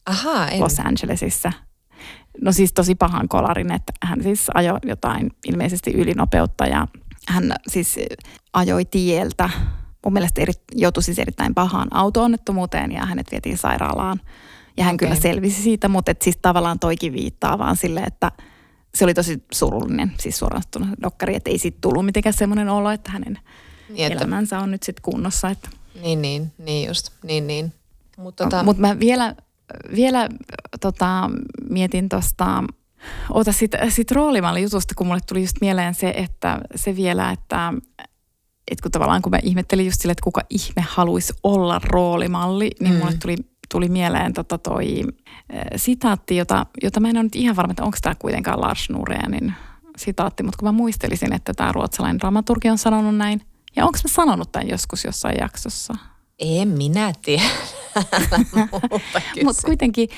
Los Angelesissa. No siis tosi pahan kolarin, että hän siis ajoi jotain ilmeisesti ylinopeutta ja hän siis ajoi tieltä. Mun mielestä joutui siis erittäin pahaan auto-onnettomuuteen ja hänet vietiin sairaalaan. Ja hän kyllä selvisi siitä, mutta et siis tavallaan toikin viittaa vaan sille, että se oli tosi surullinen, siis suorastunut dokkari, että ei siitä tullut mitenkään semmoinen olo, että hänen elämänsä on nyt sitten kunnossa. Että.
Niin just.
Mutta mä vielä mietin tuosta, sit roolimalli jutusta, kun mulle tuli just mieleen se, että kun tavallaan kun mä ihmettelin just sille, että kuka ihme haluaisi olla roolimalli, niin mulle tuli mieleen toi sitaatti, jota mä en ole nyt ihan varma, että onko tämä kuitenkaan Lars Norénin sitaatti, mutta kun mä muistelisin, että tämä ruotsalainen dramaturgi on sanonut näin, ja onko mä sanonut tämän joskus jossain jaksossa?
En minä tiedä.
Mutta kuitenkin,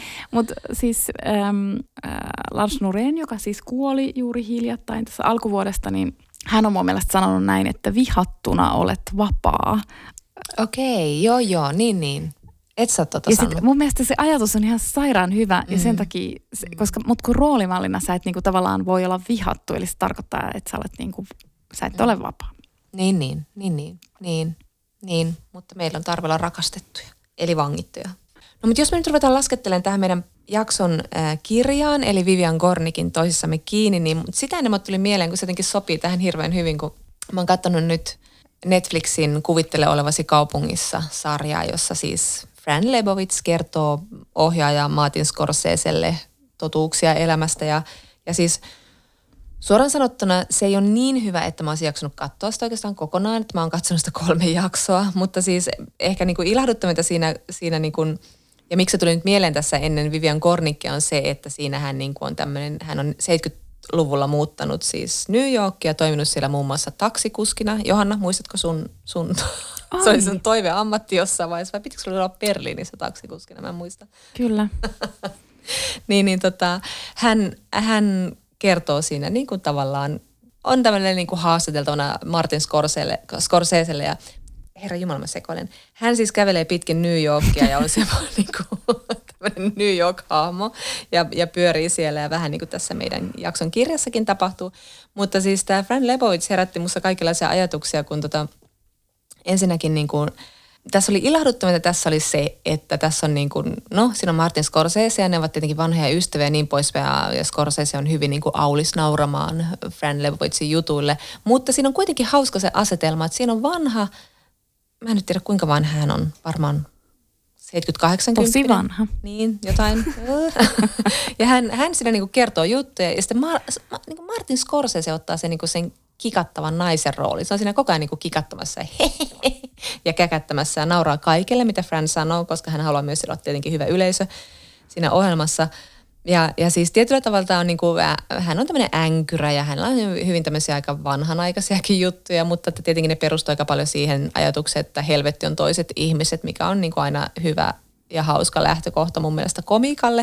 Lars Norén, joka siis kuoli juuri hiljattain tässä alkuvuodesta, niin hän on mun mielestä sanonut näin, että vihattuna olet vapaa.
Okei, joo, niin. Et sä
Ja sit mun mielestä se ajatus on ihan sairaan hyvä ja sen takia, koska mut kun roolimallina sä et niinku tavallaan voi olla vihattu, eli se tarkoittaa, että sä olet niinku, sä et ole vapaa.
Niin, mutta meillä on tarve olla rakastettuja, eli vangittuja. No mutta jos me nyt ruvetaan laskettelemaan tähän meidän jakson kirjaan, eli Vivian Gornickin Toisissamme kiinni, niin sitä ennen tuli mieleen, kun se jotenkin sopii tähän hirveän hyvin, kun mä oon katsonut nyt Netflixin Kuvittele olevasi kaupungissa -sarjaa, jossa siis Fran Lebowitz kertoo ohjaaja Martin Scorseselle totuuksia elämästä ja siis suoraan sanottuna se ei ole niin hyvä, että mä olisin jaksanut katsoa sitä oikeastaan kokonaan, että mä oon katsonut sitä 3 jaksoa, mutta siis ehkä niin kuin ilahduttavinta siinä niin kuin, ja miksi se tuli nyt mieleen tässä ennen Vivian Gornickia on se, että siinä hän niin kuin on tämmöinen, hän on 70-luvulla muuttanut siis New Yorkia, toiminut siellä muun muassa taksikuskina. Johanna, muistatko sun se oli sun toiveammatti jossain vaiheessa, vai pitikö sulla olla Berliinissä taksikuskina, mä en muista.
Kyllä.
Hän kertoo siinä niin kuin tavallaan, on tämmöinen niin kuin haastateltavana Martin Scorseselle ja herra jumala mä sekoilen. Hän siis kävelee pitkin New Yorkia ja on semmoinen niin kuin tämmöinen New York-hahmo ja pyörii siellä ja vähän niin kuin tässä meidän jakson kirjassakin tapahtuu. Mutta siis tämä Fran Lebowitz herätti musta kaikenlaisia ajatuksia, kun ensinnäkin niin kuin, tässä oli ilahduttavinta, tässä oli se, että tässä on niin kuin, no siinä on Martin Scorsese ja ne ovat tietenkin vanhoja ystäviä ja niin poispäin ja Scorsese on hyvin niin kuin aulis nauramaan Fran Lebowitzin jutuille, mutta siinä on kuitenkin hauska se asetelma, että siinä on vanha, mä en nyt tiedä kuinka vanha hän on, varmaan 70-80.
Tosi vanha.
Niin, jotain. Ja hän siinä niin kuin kertoo juttuja ja sitten niin kuin Martin Scorsese ottaa sen, niin kuin sen kikattavan naisen rooli. Se on siinä koko ajan niin kuin kikattamassa ja käkättämässä ja nauraa kaikelle, mitä Fran sanoo, koska hän haluaa myös olla tietenkin hyvä yleisö siinä ohjelmassa. Ja siis tietyllä tavalla on niin kuin, hän on tämmöinen änkyrä ja hänellä on hyvin tämmöisiä aika vanhanaikaisiakin juttuja, mutta tietenkin ne perustuu aika paljon siihen ajatukseen, että helvetti on toiset ihmiset, mikä on niin kuin aina hyvä ja hauska lähtökohta mun mielestä komiikalle.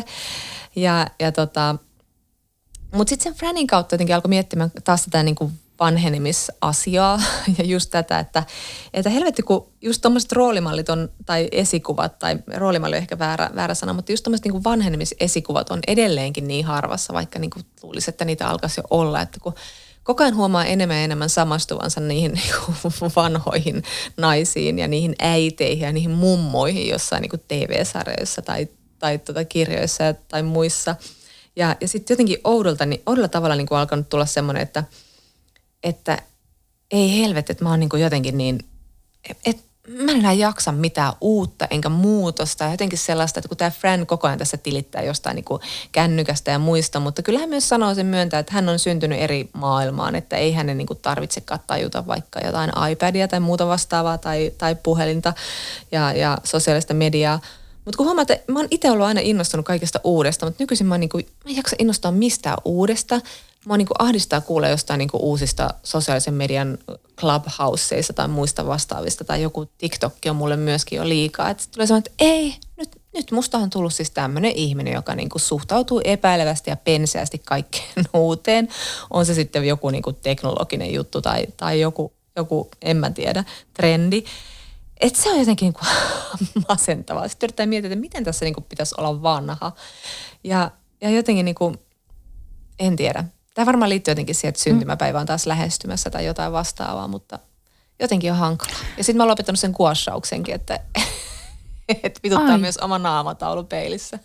Mutta sitten sen Franin kautta jotenkin alkoi miettimään taas tätä niin kuin vanhenemisasiaa ja just tätä, että helvetti kun just tommoset roolimallit on, tai esikuvat, tai roolimalli on ehkä väärä sana, mutta just tommoset niin vanhenemisesikuvat on edelleenkin niin harvassa, vaikka niin kuin luulisi, että niitä alkaisi jo olla, että kun koko ajan huomaa enemmän ja enemmän samastuvansa niihin niin kuin vanhoihin naisiin ja niihin äiteihin ja niihin mummoihin jossain niin kuin TV-sarjoissa tai kirjoissa tai muissa. Ja sitten jotenkin oudolla tavalla niin kuin alkanut tulla semmoinen, että ei helvetti, että mä oon niin kuin jotenkin niin, että mä en enää jaksa mitään uutta enkä muutosta. Ja jotenkin sellaista, että kun tämä Fran koko ajan tässä tilittää jostain niin kuin kännykästä ja muista, mutta kyllä hän myös sanoo sen myöntää, että hän on syntynyt eri maailmaan, että ei hänen niin kuin tarvitsekaan tajuta vaikka jotain iPadia tai muuta vastaavaa tai puhelinta ja sosiaalista mediaa. Mutta kun huomaat, että mä oon itse ollut aina innostunut kaikesta uudesta, mutta nykyisin mä en jaksa innostaa mistään uudesta. Mua niin kuin ahdistaa kuulla jostain niin kuin uusista sosiaalisen median clubhouseista tai muista vastaavista. Tai joku TikTok on mulle myöskin jo liikaa. Että tulee sanoa, että ei, nyt musta on tullut siis tämmöinen ihminen, joka niin kuin suhtautuu epäilevästi ja penseästi kaikkeen uuteen. On se sitten joku niin kuin teknologinen juttu tai joku, en mä tiedä, trendi. Että se on jotenkin niin kuin masentavaa. Sitten yritetään miettiä, että miten tässä niin kuin pitäisi olla vanha. Ja jotenkin niin kuin, en tiedä. Tämä varmaan liittyy jotenkin siihen, että syntymäpäivä on taas lähestymässä tai jotain vastaavaa, mutta jotenkin on hankalaa. Ja sitten mä oon lopettanut sen kuossauksenkin, että vituttaa myös oma naamataulu peilissä.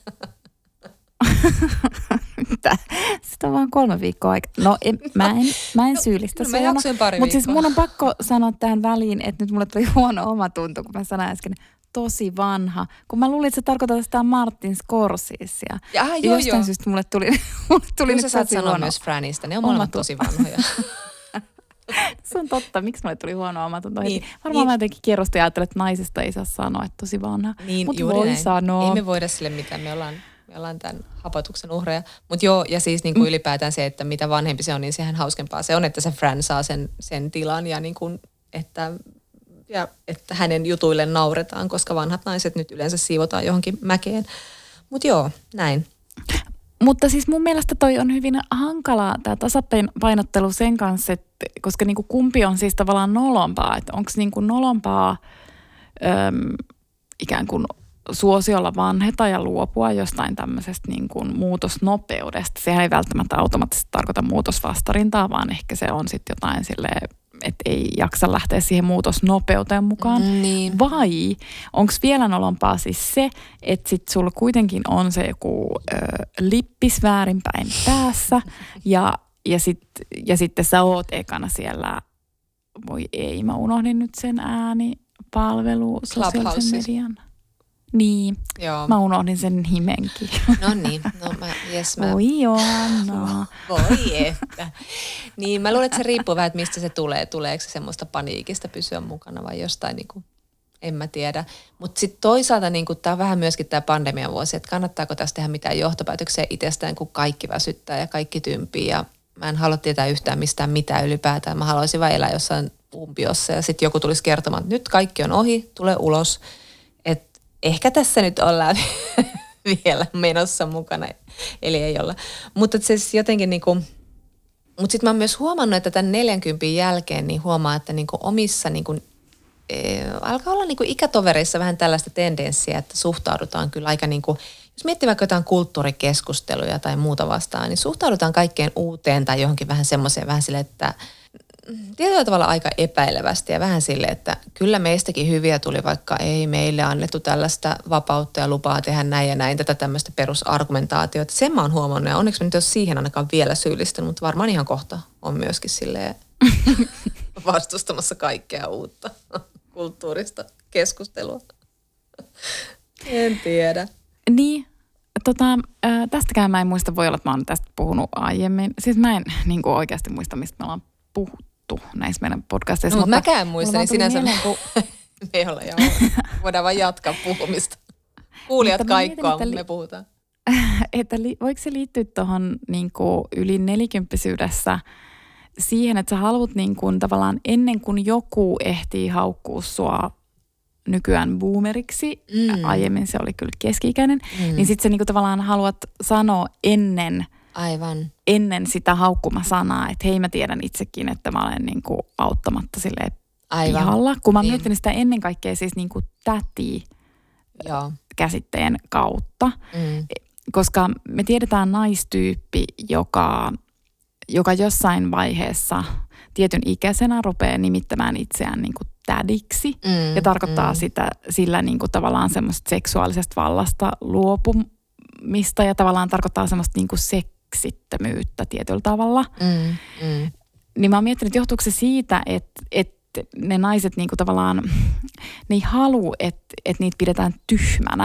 Sitä on vaan 3 viikkoa aikaa. No mä en syyllistä
sinua. Mä jaksoin pari
viikkoa. Mutta siis mun on
viikkoa.
pakko sanoa tähän väliin, että nyt mulle tuli huono omatunto, kun mä sanoin äsken, tosi vanha. Kun mä luulin, että se tarkoittaa sitä Martin Scorsesea.
Joo.
Jostain syystä mulle tuli nyt
sä saat sanoa myös Franista. Ne on molemmat tosi vanhoja.
Se on totta. Miksi mulle tuli huono omatunto heti?
Niin,
varmaan mä jotenkin kerrosta ja ajattelin, että naisesta ei saa sanoa, että tosi vanha.
Niin,
mutta voi näin sanoa.
Ei me voida sille mitään. Me ollaan tämän hapotuksen uhreja. Mutta joo, ja siis niin kuin ylipäätään se, että mitä vanhempi se on, niin sehän hauskempaa se on, että se Fran saa sen tilan ja niin kuin, että hänen jutuille nauretaan, koska vanhat naiset nyt yleensä siivotaan johonkin mäkeen. Mutta joo, näin.
Mutta siis mun mielestä toi on hyvin hankalaa tämä tasapainottelu sen kanssa, että koska niinku kumpi on siis tavallaan nolompaa, että onko niinku nolompaa ikään kuin suosiolla vanheta ja luopua jostain tämmöisestä niin kuin muutosnopeudesta. Sehän ei välttämättä automaattisesti tarkoita muutosvastarintaa, vaan ehkä se on sitten jotain silleen, että ei jaksa lähteä siihen muutosnopeuteen mukaan.
Niin.
Vai onko vielä nolompaa siis se, että sitten sulla kuitenkin on se joku lippis väärinpäin päässä ja sitten sä oot ekana siellä, voi ei, mä unohdin nyt sen äänipalvelu sosiaalisen median. Niin,
joo.
Mä unohdin sen nimenkin.
No niin, mä...
Voi Joanna.
Voi että. Niin, mä luulen, että se riippuu vähän, että mistä se tulee. Tuleeko se semmoista paniikista pysyä mukana vai jostain, niin kuin, en mä tiedä. Mutta sitten toisaalta niin tämä on vähän myöskin tämä pandemian vuosi, että kannattaako tässä tehdä mitään johtopäätöksiä itsestään, kun kaikki väsyttää ja kaikki tympii. Ja mä en halua tietää yhtään mistään mitään ylipäätään. Mä haluaisin vaan elää jossain umpiossa ja sitten joku tulisi kertomaan, että nyt kaikki on ohi, tule ulos. Ehkä tässä nyt ollaan vielä menossa mukana, eli ei olla. Mutta se siis jotenkin niinku, mutta sitten mä oon myös huomannut, että tämän 40 jälkeen niin huomaa, että niinku omissa niinku, alkaa olla niinku ikätovereissa vähän tällaista tendenssiä, että suhtaudutaan kyllä aika niinku, jos miettii vaikka jotain kulttuurikeskusteluja tai muuta vastaan, niin suhtaudutaan kaikkeen uuteen tai johonkin vähän semmoiseen vähän silleen, että tietyllä tavalla aika epäilevästi ja vähän silleen, että kyllä meistäkin hyviä tuli, vaikka ei meille annettu tällaista vapautta ja lupaa tehdä näin ja näin, tätä tämmöistä perusargumentaatiota. Sen mä oon huomannut ja onneksi mä nyt ole siihen ainakaan vielä syyllistynyt, mutta varmaan ihan kohta on myöskin silleen vastustamassa kaikkea uutta kulttuurista keskustelua. En tiedä.
Niin, tästäkään mä en muista, voi olla, että mä oon tästä puhunut aiemmin. Siis mä en niin kuin oikeasti muista, mistä me ollaan puhuttu näissä meidän podcasteissa.
No, mutta mäkään muistan, niin sinänsä
me
ei olla joo. Voidaan vaan jatkaa puhumista. Kuulijat kaikkoa, mutta me puhutaan.
Että voiko se liittyä tuohon niin yli 40-syydessä siihen, että sä haluat niin kuin, tavallaan ennen kuin joku ehtii haukkua sua nykyään boomeriksi, aiemmin se oli kyllä keski-ikäinen, niin sitten sä niinku tavallaan haluat sanoa ennen sitä haukkumasanaa, että hei mä tiedän itsekin, että mä olen niinku auttamatta silleen pihalla. Kun mä oon miettinyt sitä ennen kaikkea siis niinku käsitteen kautta, koska me tiedetään naistyyppi, joka jossain vaiheessa tietyn ikäisenä rupeaa nimittämään itseään niinku tädiksi ja tarkoittaa sillä niin kuin tavallaan semmoista seksuaalisesta vallasta luopumista ja tavallaan tarkoittaa semmoista niin kuin seksittömyyttä tietyllä tavalla. Niin mä oon miettinyt, että johtuuko se siitä, että ne naiset niin kuin tavallaan, ne ei halua, että niitä pidetään tyhmänä,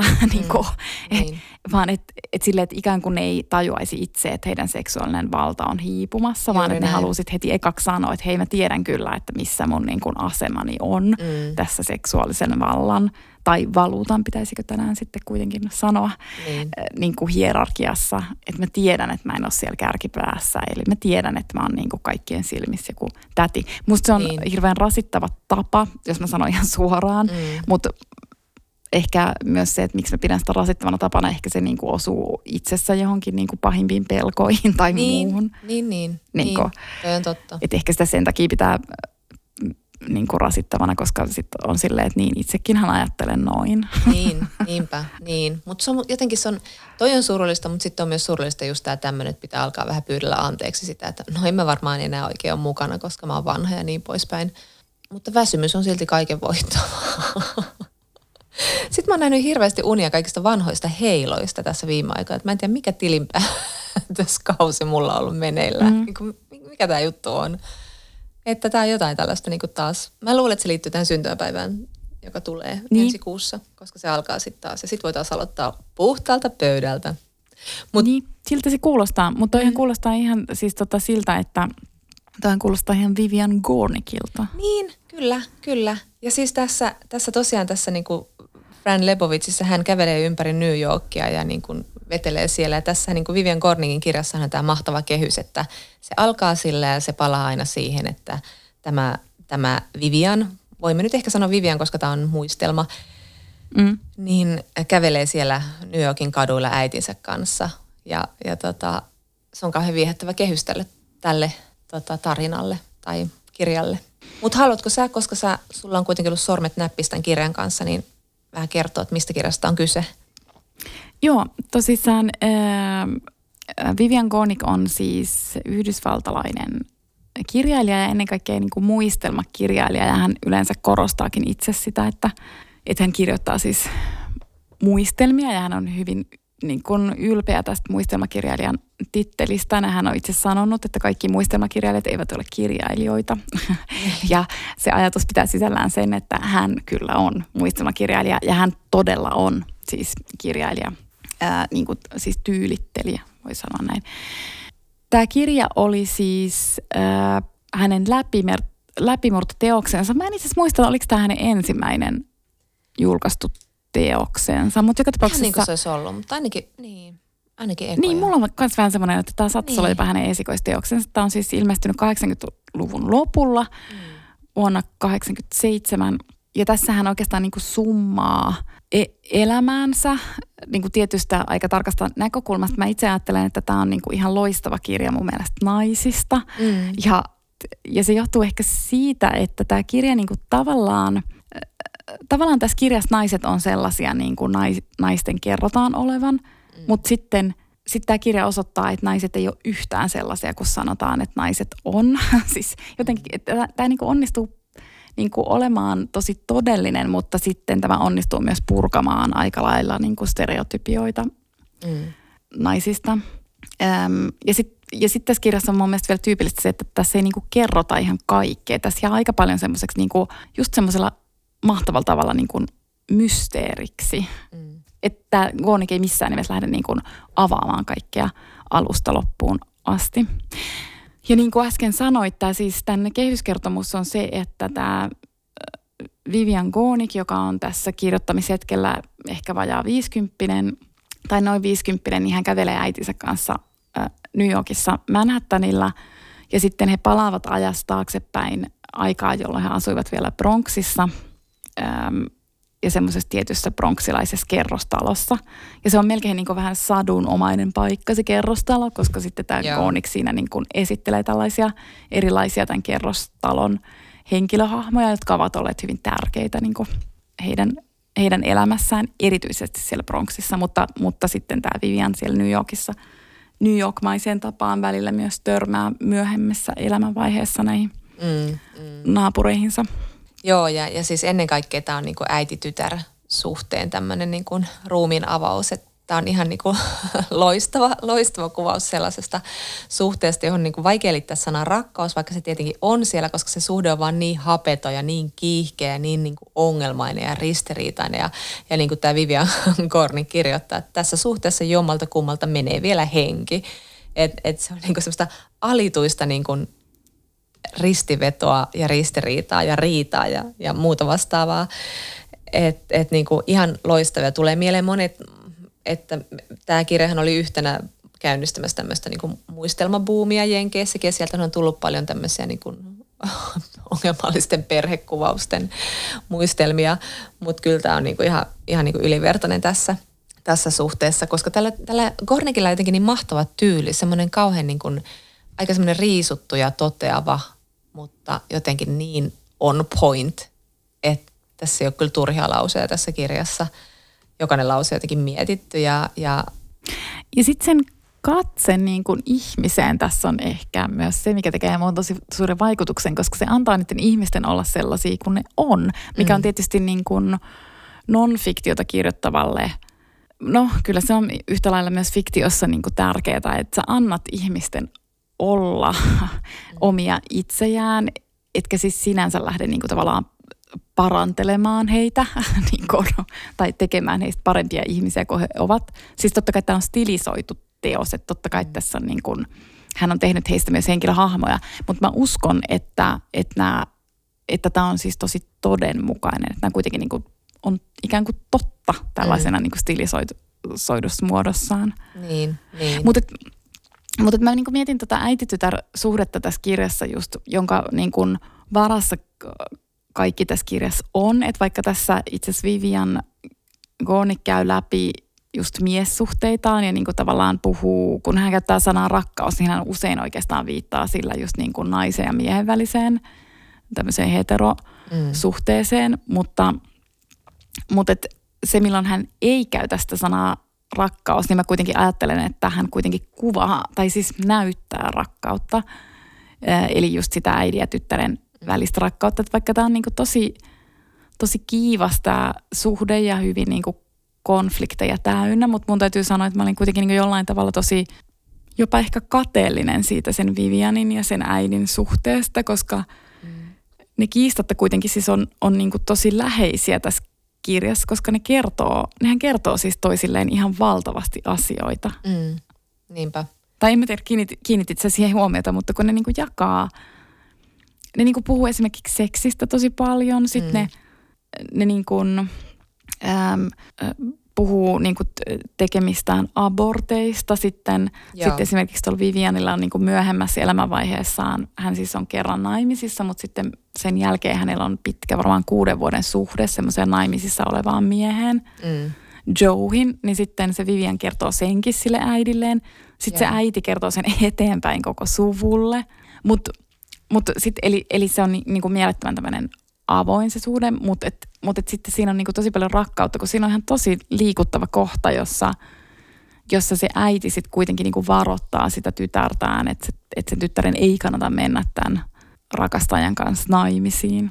vaan että silleen, että ikään kuin ne ei tajuaisi itse, että heidän seksuaalinen valta on hiipumassa, vaan että ne haluaa sitten heti ekaksi sanoa, että hei mä tiedän kyllä, että missä mun niin kuin asemani on tässä seksuaalisen vallan tai valuutan, pitäisikö tänään sitten kuitenkin sanoa, niin kuin hierarkiassa, että mä tiedän, että mä en ole siellä kärkipäässä, eli mä tiedän, että mä oon niin kuin kaikkien silmissä joku täti. Musta se on hirveän rasittava tapa, jos mä sanon ihan suoraan, mutta ehkä myös se, että miksi mä pidän sitä rasittavana tapana, ehkä se niin kuin osuu itsessä johonkin niin kuin pahimpiin pelkoihin tai muuhun.
Niin. Toi on totta.
Että ehkä sitä sen takia pitää niin kuin rasittavana, koska sitten on silleen, että niin itsekinhän ajattelen noin.
Niinpä. Mutta jotenkin toi on surullista, mutta sitten on myös surullista just tämä tämmöinen, että pitää alkaa vähän pyydellä anteeksi sitä, että no en mä varmaan enää oikein ole mukana, koska mä oon vanha ja niin poispäin. Mutta väsymys on silti kaiken voittavaa. Sitten mä oon nähnyt hirveästi unia kaikista vanhoista heiloista tässä viime aikoina. Mä en tiedä, mikä tilinpäätöskausi mulla on ollut meneillään. Mikä tämä juttu on? Että tämä on jotain tällaista niin kuin taas. Mä luulen, että se liittyy tähän syntymäpäivään, joka tulee ensi kuussa, koska se alkaa sitten taas. Ja sitten voi taas aloittaa puhtaalta pöydältä.
Niin, siltä se kuulostaa. Mutta toihan kuulostaa ihan siis siltä, että toihan kuulostaa ihan Vivian Gornickilta.
Niin, kyllä. Ja siis tässä tosiaan tässä niin kuin Fran Lebowitsissa hän kävelee ympäri New Yorkia ja niin kuin vetelee siellä. Ja tässä niin kuin Vivian Gornickin kirjassa on tämä mahtava kehys, että se alkaa sillä ja se palaa aina siihen, että tämä Vivian, voimme nyt ehkä sanoa Vivian, koska tämä on muistelma, niin kävelee siellä New Yorkin kaduilla äitinsä kanssa. Ja se on kauhean viehättävä kehys tälle tarinalle tai kirjalle. Mutta haluatko sä, koska sulla on kuitenkin ollut sormet näppissä tämän kirjan kanssa, niin vähän kertoa, että mistä kirjasta on kyse?
Joo, tosissaan Vivian Gornick on siis yhdysvaltalainen kirjailija ja ennen kaikkea niin kuin muistelmakirjailija. Ja hän yleensä korostaakin itse sitä, että hän kirjoittaa siis muistelmia ja hän on hyvin niin kuin ylpeä tästä muistelmakirjailijan tittelistä. Hän on itse sanonut, että kaikki muistelmakirjailijat eivät ole kirjailijoita. Ja se ajatus pitää sisällään sen, että hän kyllä on muistelmakirjailija ja hän todella on siis kirjailija, niin kuin, siis tyylittelijä, voi sanoa näin. Tämä kirja oli siis hänen läpimurtoteoksensa. Mä en itse asiassa muista, oliko tämä hänen ensimmäinen julkaistu teoksensa, mutta joka tapauksessa...
Niin kuin se olisi ollut, mutta ainakin ekoja.
Niin, mulla on myös vähän semmoinen, että tämä saattaisi olla jopa hänen esikoisteoksensa. Tämä on siis ilmestynyt 80-luvun lopulla, vuonna 1987. Ja tässä hän oikeastaan niin kuin summaa elämäänsä niin kuin tietystä aika tarkasta näkökulmasta. Mä itse ajattelen, että tämä on niin kuin ihan loistava kirja mun mielestä naisista. Ja se johtuu ehkä siitä, että tämä kirja niin kuin tavallaan tässä kirjassa naiset on sellaisia, niin kuin naisten kerrotaan olevan, mutta sitten tämä kirja osoittaa, että naiset ei ole yhtään sellaisia, kun sanotaan, että naiset on. Siis jotenkin, että tämä niin kuin onnistuu niin kuin olemaan tosi todellinen, mutta sitten tämä onnistuu myös purkamaan aika lailla niin kuin stereotypioita naisista. Ja sitten tässä kirjassa on mun mielestä vielä tyypillistä se, että tässä ei niin kuin kerrota ihan kaikkea. Tässä jää aika paljon semmoiseksi niin kuin just semmoisella mahtavalla tavalla niin kuin mysteeriksi. Että Gornick ei missään nimessä lähde niin kuin avaamaan kaikkea alusta loppuun asti. Ja niin kuin äsken sanoit, tämän kehyskertomus on se, että tämä Vivian Gornick, joka on tässä kirjoittamishetkellä ehkä vajaa 50 tai noin 50, niin hän kävelee äitinsä kanssa New Yorkissa Manhattanilla. Ja sitten he palaavat ajasta taaksepäin aikaa, jolloin he asuivat vielä Bronxissa ja semmoisessa tietyssä bronxilaisessa kerrostalossa. Ja se on melkein niin kuin vähän sadunomainen paikka se kerrostalo, koska sitten tämä Gornick siinä niin kuin esittelee tällaisia erilaisia tämän kerrostalon henkilöhahmoja, jotka ovat olleet hyvin tärkeitä niin kuin heidän elämässään, erityisesti siellä Bronxissa, mutta sitten tämä Vivian siellä New Yorkissa, New York-maiseen tapaan välillä myös törmää myöhemmässä elämänvaiheessa näihin naapureihinsa. Joo,
ja siis ennen kaikkea tämä on niin kuin äiti-tytär-suhteen tämmöinen niin kuin ruumiin avaus, että tämä on ihan niin kuin loistava kuvaus sellaisesta suhteesta, johon niin kuin vaikea liittää sanaa rakkaus, vaikka se tietenkin on siellä, koska se suhde on vaan niin hapeto ja niin kiihkeä ja niin kuin ongelmainen ja ristiriitainen. Ja niin kuin tämä Vivian Gornick kirjoittaa, että tässä suhteessa jommalta kummalta menee vielä henki. Että se on niin kuin semmoista alituista niin kuin ristivetoa ja ristiriitaa ja riitaa ja muuta vastaavaa. Että niin kuin ihan loistavia. Tulee mieleen monet, että tämä kirjahan oli yhtenä käynnistämässä tämmöistä niin kuin muistelmabuumia Jenkeissäkin. Sieltä on tullut paljon tämmöisiä niin kuin ongelmallisten perhekuvausten muistelmia, mutta kyllä tämä on niin kuin ihan niin kuin ylivertainen tässä suhteessa, koska tällä Gornickilla on jotenkin niin mahtava tyyli, semmoinen kauhean niin kuin, aika semmoinen riisuttu ja toteava, mutta jotenkin niin on point, että tässä ei ole kyllä turhia lauseja tässä kirjassa. Jokainen lause on jotenkin mietitty ja
sitten sen katse niin kuin ihmiseen tässä on ehkä myös se, mikä tekee mun tosi suuren vaikutuksen, koska se antaa niiden ihmisten olla sellaisia kuin ne on, mikä on tietysti niin kuin non-fiktiota kirjoittavalle. No kyllä se on yhtä lailla myös fiktiossa niin kuin tärkeää, että sä annat ihmisten olla omia itsejään, etkä siis sinänsä lähde niin kuin tavallaan parantelemaan heitä niin kuin, tai tekemään heistä parempia ihmisiä kuin he ovat. Siis totta kai tämä on stilisoitu teos, että totta kai tässä on niin kuin, hän on tehnyt heistä myös henkilöhahmoja, mutta mä uskon, että tämä on siis tosi todenmukainen, että nämä kuitenkin niin kuin on ikään kuin totta tällaisena niin kuin stilisoidussa muodossaan.
Niin.
Mutta mä niin kuin mietin tätä äiti-tytär-suhdetta tässä kirjassa just, jonka niin kuin varassa kaikki tässä kirjassa on. Että vaikka tässä itse asiassa Vivian Gornick käy läpi just miessuhteitaan ja niin kuin tavallaan puhuu, kun hän käyttää sanaa rakkaus, niin hän usein oikeastaan viittaa sillä just niin kuin naisen ja miehen väliseen tämmöiseen heterosuhteeseen, mutta se milloin hän ei käytä sitä sanaa rakkaus, niin mä kuitenkin ajattelen, että hän kuitenkin kuvaa tai siis näyttää rakkautta, eli just sitä äidin ja tyttären välistä rakkautta, että vaikka tämä on niin kuin tosi kiivas tämä suhde ja hyvin niin kuin konflikteja täynnä, mutta mun täytyy sanoa, että mä olin kuitenkin niin kuin jollain tavalla tosi jopa ehkä kateellinen siitä sen Vivianin ja sen äidin suhteesta, koska ne kiistatta kuitenkin siis on niin kuin tosi läheisiä tässä kirjassa, koska nehän kertoo siis toisilleen ihan valtavasti asioita.
Niinpä.
Tai en mä tiedä, kiinnitit sä siihen huomiota, mutta kun ne niin kuin jakaa, ne niin kuin puhuu esimerkiksi seksistä tosi paljon, sitten ne niin kuin, puhuu niin kuin tekemistään aborteista. Sitten esimerkiksi tuolla Vivianilla on niin kuin myöhemmässä elämänvaiheessaan, hän siis on kerran naimisissa, mutta sitten sen jälkeen hänellä on pitkä, varmaan 6 vuoden suhde semmoiseen naimisissa olevaan mieheen, Joehin, niin sitten se Vivian kertoo senkin sille äidilleen. Sitten se äiti kertoo sen eteenpäin koko suvulle. Mutta sitten, eli se on niinku mielettömän tämmöinen avoin se suhde, mutta sitten siinä on niinku tosi paljon rakkautta, kun siinä on ihan tosi liikuttava kohta, jossa se äiti sitten kuitenkin niinku varoittaa sitä tytärtään, että sen tyttären ei kannata mennä tämän rakastajan kanssa naimisiin.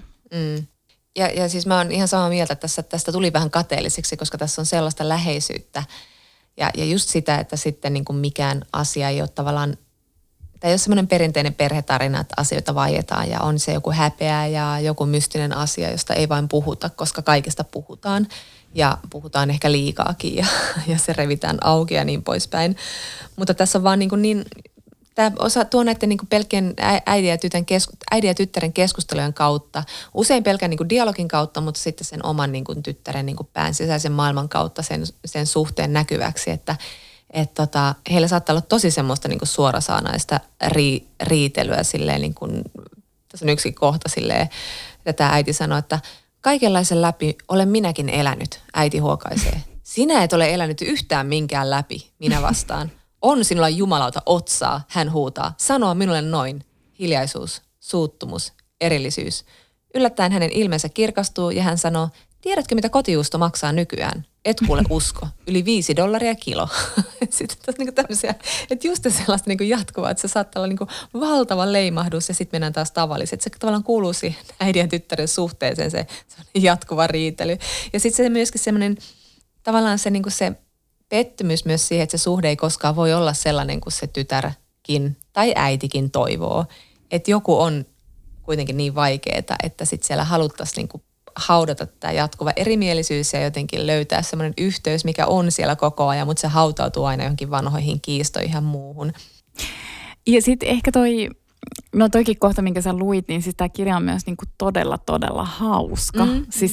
Ja siis mä oon ihan samaa mieltä, että tästä tuli vähän kateelliseksi, koska tässä on sellaista läheisyyttä. Ja just sitä, että sitten niin kuin mikään asia ei ole tavallaan, tai ei ole semmoinen perinteinen perhetarina, että asioita vaietaan ja on se joku häpeä ja joku mystinen asia, josta ei vain puhuta, koska kaikesta puhutaan. Ja puhutaan ehkä liikaakin ja se revitään auki ja niin poispäin. Mutta tässä on vaan niin tämä tuo näiden niin pelkkien äidin ja tyttären keskustelujen kautta, usein pelkän niin dialogin kautta, mutta sitten sen oman niin tyttären niin pään sisäisen maailman kautta sen suhteen näkyväksi, että heillä saattaa olla tosi semmoista niin suorasaanaista riitelyä silleen, niin kuin, tässä on yksi kohta silleen, että tämä äiti sanoo, että kaikenlaisen läpi olen minäkin elänyt, äiti huokaisee. Sinä et ole elänyt yhtään minkään läpi, minä vastaan. On sinulla jumalauta otsaa, hän huutaa. Sanoa minulle noin. Hiljaisuus, suuttumus, erillisyys. Yllättäen hänen ilmeensä kirkastuu ja hän sanoo, tiedätkö mitä kotijuusto maksaa nykyään? Et kuule usko. Yli $5 kilo. Sitten taas niin tämmöisiä, että just sellaista niin jatkuvaa, että se saattaa olla niin valtava leimahdus ja sitten mennään taas tavalliset. Se tavallaan kuuluu siihen äidin ja tyttären suhteeseen se jatkuva riitely. Ja sitten se myöskin semmoinen, tavallaan se, niin se pettymys myös siihen, että se suhde ei koskaan voi olla sellainen kuin se tytärkin tai äitikin toivoo. Että joku on kuitenkin niin vaikeaa, että sitten siellä haluttaisiin niin kuin haudata tämä jatkuva erimielisyys ja jotenkin löytää semmoinen yhteys, mikä on siellä koko ajan, mutta se hautautuu aina johonkin vanhoihin kiistoihin ja muuhun.
Ja sitten ehkä toikin kohta, minkä sä luit, niin siis tämä kirja on myös niin kuin todella, todella hauska.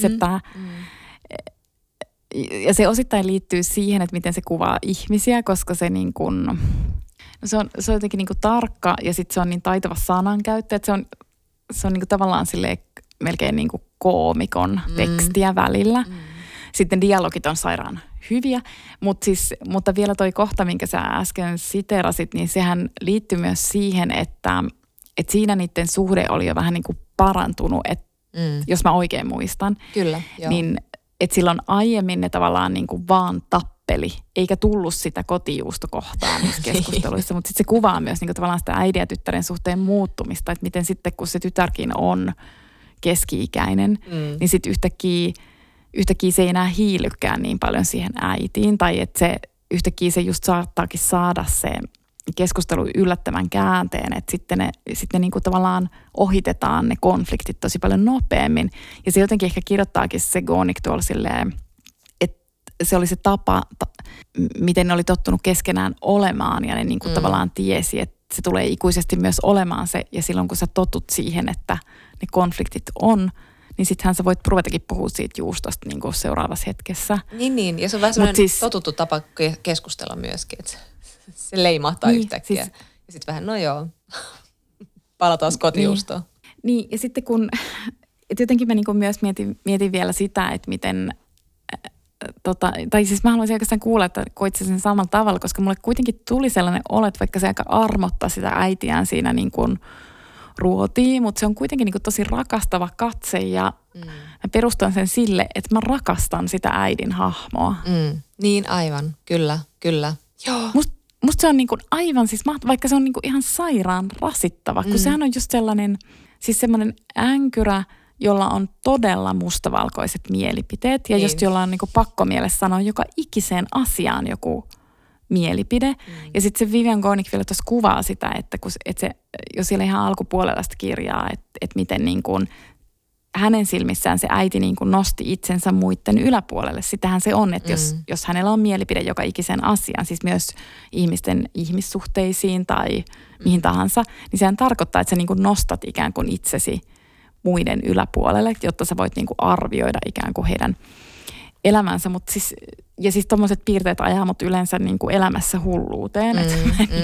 Ja se osittain liittyy siihen, että miten se kuvaa ihmisiä, koska se niin kuin, se on jotenkin niin kuin tarkka ja sitten se on niin taitava sanankäyttö, että se on niin kuin tavallaan silleen melkein niin kuin koomikon tekstiä välillä. Sitten dialogit on sairaan hyviä, mutta vielä toi kohta, minkä sä äsken siterasit, niin sehän liittyy myös siihen, että siinä niiden suhde oli jo vähän niin kuin parantunut, jos mä oikein muistan.
Kyllä, joo.
Niin että silloin aiemmin ne tavallaan niin kuin vaan tappeli, eikä tullut sitä kotijuustokohtaa niissä keskusteluissa, mutta sitten se kuvaa myös niin kuin tavallaan sitä äidin ja tyttären suhteen muuttumista, että miten sitten kun se tytärkin on keski-ikäinen, niin sitten yhtäkkiä se ei enää hiilykään niin paljon siihen äitiin, tai että se yhtäkkiä se just saattaakin saada se keskustelu yllättävän käänteen, että sitten ne niin kuin tavallaan ohitetaan ne konfliktit tosi paljon nopeammin. Ja se jotenkin ehkä kirjoittaakin se Goonik tuolla silleen, että se oli se tapa, miten ne oli tottunut keskenään olemaan ja ne niin kuin tavallaan tiesi, että se tulee ikuisesti myös olemaan se. Ja silloin kun sä totut siihen, että ne konfliktit on, niin sittenhän sä voit ruvetakin puhua siitä juustosta niin kuin seuraavassa hetkessä.
Niin. Ja se on vähän sellainen totuttu tapa keskustella myöskin, että se leimahtaa yhtäkkiä. Siis, ja sitten vähän, no joo, palataan kotijuustoon.
Niin, ja sitten kun, että jotenkin mä niin kuin myös mietin vielä sitä, että miten tai siis mä haluaisin oikeastaan kuulla, että koit sä sen samalla tavalla, koska mulle kuitenkin tuli sellainen olo, että vaikka se aika armottaa sitä äitiään siinä niin kuin ruotii, mutta se on kuitenkin niin kuin tosi rakastava katse ja mä perustan sen sille, että mä rakastan sitä äidin hahmoa.
Niin aivan, kyllä. Joo.
Musta se on niin kuin aivan siis, vaikka se on niin kuin ihan sairaan rasittava, kun sehän on just sellainen, siis semmoinen änkyrä, jolla on todella mustavalkoiset mielipiteet ja just jolla on niin kuin pakko mielessä sanoa joka ikiseen asiaan joku mielipide. Ja sitten se Vivian Gornick vielä tuossa kuvaa sitä, että se, jo siellä ihan alkupuolella sitä kirjaa, että miten niin kuin hänen silmissään se äiti niin kuin nosti itsensä muiden yläpuolelle. Sitähän se on, että jos hänellä on mielipide joka ikisen asiaan, siis myös ihmisten ihmissuhteisiin tai mihin tahansa, niin sehän tarkoittaa, että sä niin kuin nostat ikään kuin itsesi muiden yläpuolelle, jotta sä voit niin kuin arvioida ikään kuin heidän elämänsä. Ja siis tommoset piirteet ajaa mut yleensä niin kuin elämässä hulluuteen. Että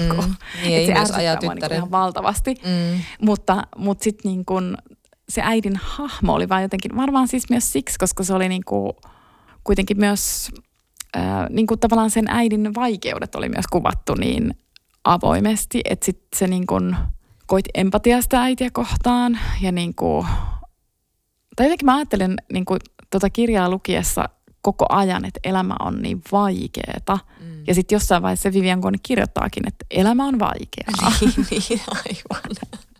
se ärsyttää mua niin kuin ihan valtavasti. Mutta sitten niin kuin se äidin hahmo oli vaan jotenkin, varmaan siis myös siksi, koska se oli niin kuin kuitenkin myös niin kuin tavallaan sen äidin vaikeudet oli myös kuvattu niin avoimesti, että sitten se niin kuin koit empatiaa sitä äitiä kohtaan ja niin kuin, tai jotenkin mä ajattelen niin kuin tuota kirjaa lukiessa koko ajan, että elämä on niin vaikeeta. Ja sitten jossain vaiheessa se Vivian Gornick kirjoittaakin, että elämä on vaikeaa.
Niin, aivan.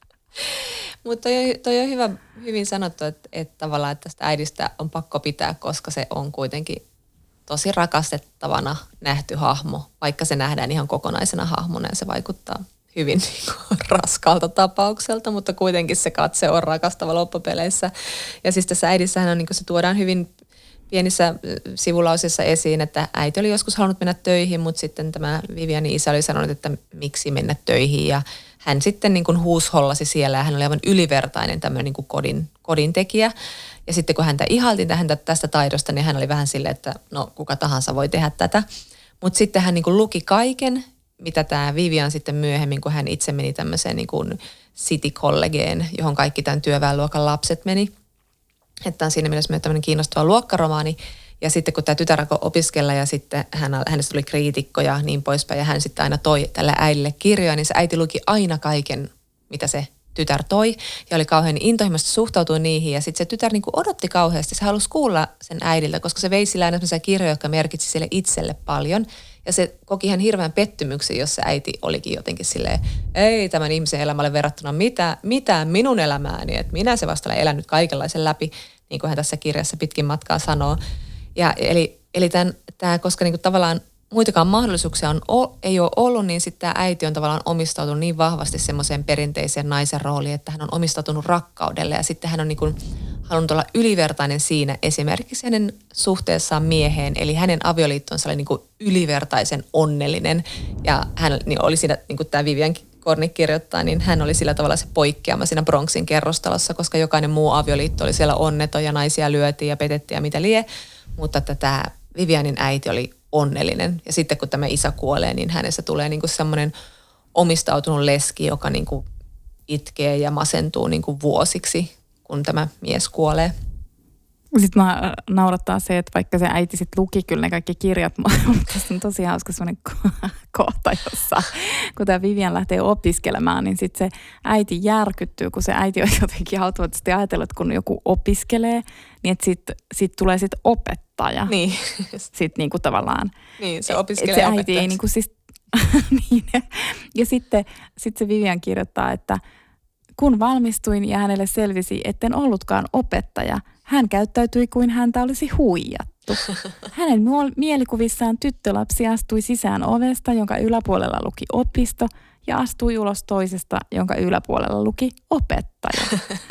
Mutta toi on hyvin sanottu, että tavallaan että tästä äidistä on pakko pitää, koska se on kuitenkin tosi rakastettavana nähty hahmo, vaikka se nähdään ihan kokonaisena hahmona ja se vaikuttaa hyvin niin kuin raskalta tapaukselta, mutta kuitenkin se katse on rakastava loppupeleissä. Ja siis tässä äidissähän on, niin kuin se tuodaan hyvin pienissä sivulausissa esiin, että äiti oli joskus halunnut mennä töihin, mutta sitten tämä Vivianin isä oli sanonut, että miksi mennä töihin. Ja hän sitten niin kuin huushollasi siellä ja hän oli aivan ylivertainen tämmöinen niin kuin kodintekijä. Ja sitten kun häntä ihailtiin tästä taidosta, niin hän oli vähän silleen, että no kuka tahansa voi tehdä tätä. Mutta sitten hän niin kuin luki kaiken, mitä tämä Vivian sitten myöhemmin, kun hän itse meni tämmöiseen niin kuin City Collegeen, johon kaikki tämän työväenluokan lapset meni. Että on siinä mielessä myös tämmöinen kiinnostava luokkaromaani. Ja sitten kun tämä tytär alkoi opiskella ja sitten hänestä tuli kriitikko ja niin poispäin ja hän sitten aina toi tälle äidille kirjoja, niin se äiti luki aina kaiken, mitä se tytär toi ja oli kauhean intohimoisesti suhtautui niihin ja sitten se tytär niin kuin odotti kauheasti, se halusi kuulla sen äidiltä, koska se vei sillä aina sellaisia kirjoja, jotka merkitsi sille itselle paljon ja se koki ihan hirveän pettymyksen, jos se äiti olikin jotenkin silleen, ei tämän ihmisen elämälle verrattuna mitään minun elämääni, että minä se vasta olen elänyt kaikenlaisen läpi, niin kuin hän tässä kirjassa pitkin matkaa sanoo. Ja eli tämä, koska niin kuin tavallaan muitakaan mahdollisuuksia ei ole ollut, niin sitten tämä äiti on tavallaan omistautunut niin vahvasti semmoiseen perinteiseen naisen rooliin, että hän on omistautunut rakkaudelle ja sitten hän on niin kuin halunnut olla ylivertainen siinä esimerkiksi hänen suhteessaan mieheen, eli hänen avioliittonsa oli niin kuin ylivertaisen onnellinen ja hän niin oli siinä, niin kuin tämä Vivian Gornick kirjoittaa, niin hän oli sillä tavalla se poikkeama siinä Bronxin kerrostalossa, koska jokainen muu avioliitto oli siellä onneton ja naisia lyötiin ja petettiin ja mitä lie, mutta että tämä Vivianin äiti oli onnellinen. Ja sitten kun tämä isä kuolee, niin hänestä tulee niin kuin semmoinen omistautunut leski, joka niin kuin itkee ja masentuu niin kuin vuosiksi, kun tämä mies kuolee.
Sitten mä naurattaa se, että vaikka se äiti sitten luki kyllä ne kaikki kirjat, mutta tässä on tosi hauska semmoinen kohta, jossa kun tämä Vivian lähtee opiskelemaan, niin sitten se äiti järkyttyy, kun se äiti on jotenkin automaattisesti ajatellut, että kun joku opiskelee, niin että sitten tulee sitten opettaja.
Niin.
Sitten niinku tavallaan.
Niin, se opiskelee
se äiti ei niinku siis, niin. Ja sitten se Vivian kirjoittaa, että kun valmistuin ja hänelle selvisi, etten ollutkaan opettaja, hän käyttäytyi kuin häntä olisi huijattu. Hänen mielikuvissaan tyttölapsi astui sisään ovesta, jonka yläpuolella luki opisto, ja astui ulos toisesta, jonka yläpuolella luki opettaja.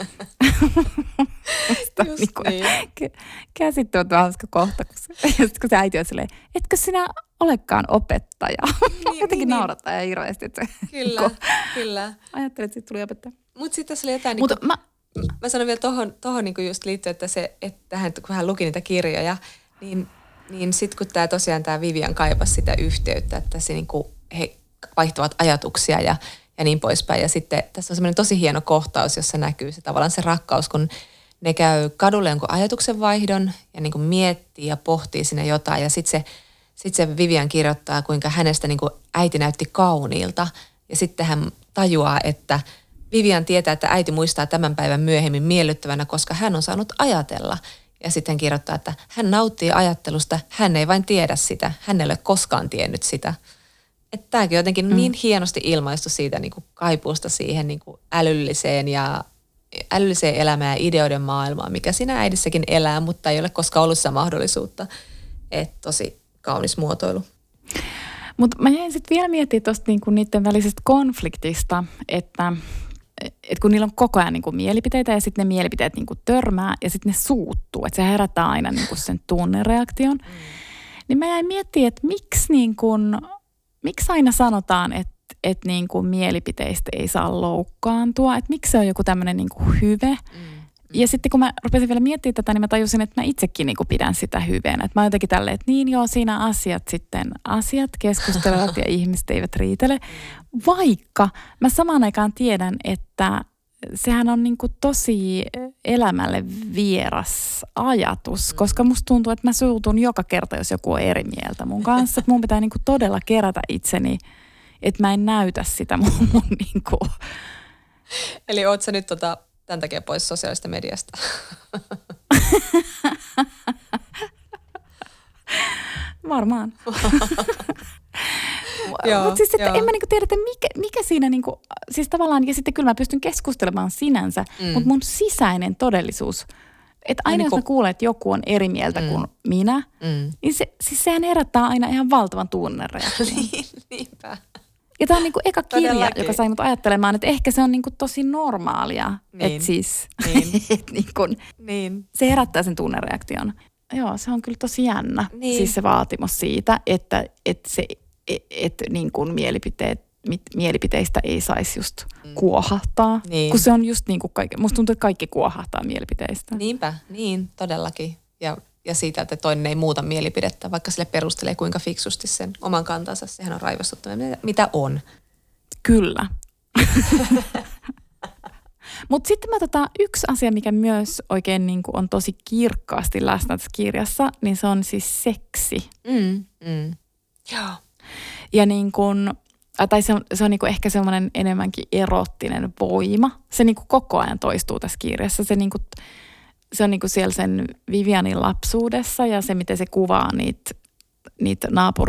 Niin. Käsittämättä hauska kohta, kun se äiti on silleen, etkö sinä olekaan opettaja? Jotenkin naurattaa ja hirveästi.
Kyllä.
Ajattelin, että siitä tuli opettaja.
Mutta sitten tässä oli jotain, mä sanon vielä tohon niin just liittyen, että kun hän luki niitä kirjoja, niin sitten kun tämä Vivian kaipasi sitä yhteyttä, että se niin kuin he vaihtavat ajatuksia ja niin poispäin. Ja sitten tässä on semmoinen tosi hieno kohtaus, jossa näkyy se tavallaan se rakkaus, kun ne käy kadulle jonkun ajatuksen vaihdon ja niin kuin miettii ja pohtii sinne jotain. Ja sitten se Vivian kirjoittaa, kuinka hänestä niin kuin äiti näytti kauniilta. Ja sitten hän tajuaa, että Vivian tietää, että äiti muistaa tämän päivän myöhemmin miellyttävänä, koska hän on saanut ajatella. Ja sitten hän kirjoittaa, että hän nauttii ajattelusta, hän ei vain tiedä sitä, hän ei ole koskaan tiennyt sitä. Että tämäkin on jotenkin niin hienosti ilmaistu siitä niin kuin kaipuusta siihen niin kuin älylliseen elämään ja ideoiden maailmaan, mikä siinä äidissäkin elää, mutta ei ole koskaan ollut sitä mahdollisuutta. Että tosi kaunis muotoilu.
Mutta mä jäin sitten vielä miettimään tuosta niinku niiden välisestä konfliktista, että kun niillä on koko ajan niinku mielipiteitä ja sitten ne mielipiteet niinku törmää ja sitten ne suuttuu, että se herättää aina niinku sen tunnereaktion. Niin mä jäin miettimään, että miksi aina sanotaan, että niinku mielipiteistä ei saa loukkaantua, että miksi se on joku tämmöinen niinku hyve. Ja sitten kun mä rupesin vielä miettimään tätä, niin mä tajusin, että mä itsekin niinku pidän sitä hyveenä. Että mä oon jotenkin tälleen, että niin joo, siinä asiat keskustelevat ja ihmiset eivät riitele. Vaikka mä samaan aikaan tiedän, että sehän on niinku tosi elämälle vieras ajatus. Koska musta tuntuu, että mä suutun joka kerta, jos joku on eri mieltä mun kanssa. Että mun pitää niinku todella kerätä itseni, että mä en näytä sitä mun niinku...
Eli oot sä nyt tämän takia pois sosiaalisesta mediasta?
Varmaan. Mutta siis, että en mä niinku tiedä, että mikä siinä niinku, siis tavallaan, ja sitten kyllä mä pystyn keskustelemaan sinänsä, mutta mun sisäinen todellisuus, että aina jos mä kuulen, että joku on eri mieltä kuin minä, niin siis sehän herättää aina ihan valtavan tunnereaktion.
Niinpä.
Ja tämä on niinku eka kirja, joka sai mut ajattelemaan, että ehkä se on niinku tosi normaalia. Niin. Että siis se herättää sen tunnereaktion. Joo, se on kyllä tosi jännä. Niin. Siis se vaatimus siitä, että niin kuin mielipiteistä ei saisi just kuohahtaa. Niin. Kun se on just niin kuin musta tuntuu, että kaikki kuohahtaa mielipiteistä.
Niinpä, niin todellakin. Ja siitä, että toinen ei muuta mielipidettä, vaikka sille perustelee kuinka fiksusti sen oman kantansa. Sehän on raivostuttava, mitä on.
Kyllä. Mutta sitten yksi asia, mikä myös oikein niin kuin on tosi kirkkaasti läsnä tässä kirjassa, niin se on siis seksi.
Joo.
Ja niin kuin, tai se on niin kuin ehkä semmoinen enemmänkin erottinen voima. Se niin kuin koko ajan toistuu tässä kirjassa. Se on niin kuin siellä sen Vivianin lapsuudessa ja se, miten se kuvaa niitä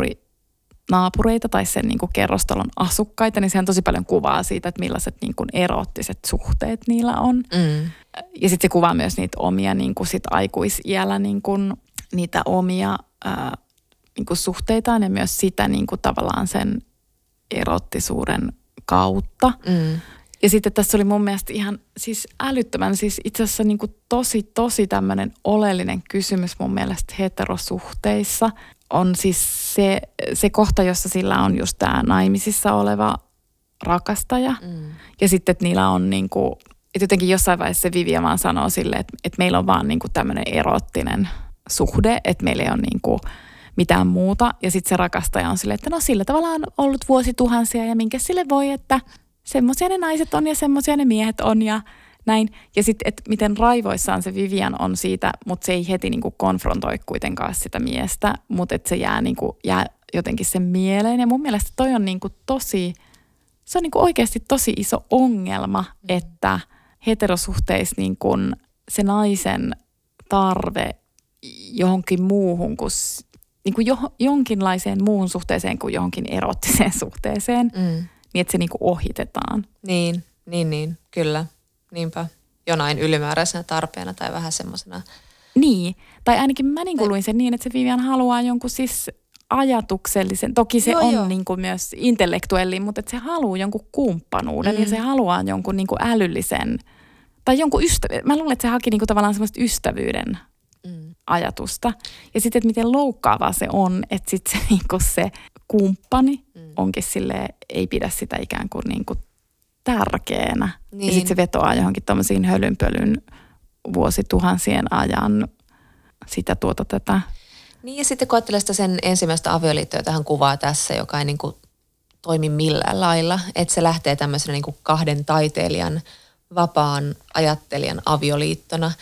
naapureita tai sen niin kuin kerrostalon asukkaita, niin sehän tosi paljon kuvaa siitä, että millaiset niin kuin eroottiset suhteet niillä on. Ja sitten se kuvaa myös niitä omia niin kuin sit aikuisiällä niin kuin, niitä omia niin kuin suhteitaan ja myös sitä niin kuin tavallaan sen erottisuuden kautta. Ja sitten tässä oli mun mielestä ihan siis älyttömän, siis itse asiassa niin kuin tosi tämmöinen oleellinen kysymys mun mielestä heterosuhteissa on siis se kohta, jossa sillä on just tämä naimisissa oleva rakastaja. Ja sitten, että niillä on niin kuin, että jotenkin jossain vaiheessa se Vivian vaan sanoo sille, että meillä on vaan niin kuin tämmöinen erottinen suhde, että meillä ei ole niin kuin mitään muuta. Ja sitten se rakastaja on silleen, että no sillä tavalla on ollut vuosituhansia ja minkä sille voi, että semmoisia ne naiset on ja semmoisia ne miehet on ja näin. Ja sitten, että miten raivoissaan se Vivian on siitä, mutta se ei heti niinku konfrontoi kuitenkaan sitä miestä, mutta että se jää jotenkin sen mieleen. Ja mun mielestä toi on niinku se on niinku oikeasti tosi iso ongelma, että heterosuhteissa niinku se naisen tarve johonkin muuhun kuin jonkinlaiseen muuhun suhteeseen kuin johonkin erottiseen suhteeseen, niin että se niinku ohitetaan.
Niin, kyllä. Niinpä. Jonain ylimääräisenä tarpeena tai vähän semmoisena.
Niin, tai ainakin mä niinku luin sen niin, että se Vivian haluaa jonkun siis ajatuksellisen, toki se on niinku myös intellektuelli, mutta että se haluaa jonkun kumppanuuden ja se haluaa jonkun niinku älyllisen, tai jonkun ystävyyden. Mä luulen, että se haki niinku tavallaan semmoista ystävyyden ajatusta. Ja sitten, että miten loukkaavaa se on, että sitten se, niinku se kumppani onkin silleen, ei pidä sitä ikään kuin niinku tärkeänä. Niin. Ja sitten se vetoaa johonkin tommosiin hölynpölyn vuosituhansien ajan sitä tätä.
Niin ja sitten kun ajattelee sitä sen ensimmäistä avioliittoa, jota hän kuvaa tässä, joka ei niinku toimi millään lailla. Että se lähtee tämmöisenä niinku kahden taiteilijan, vapaan ajattelijan avioliittona.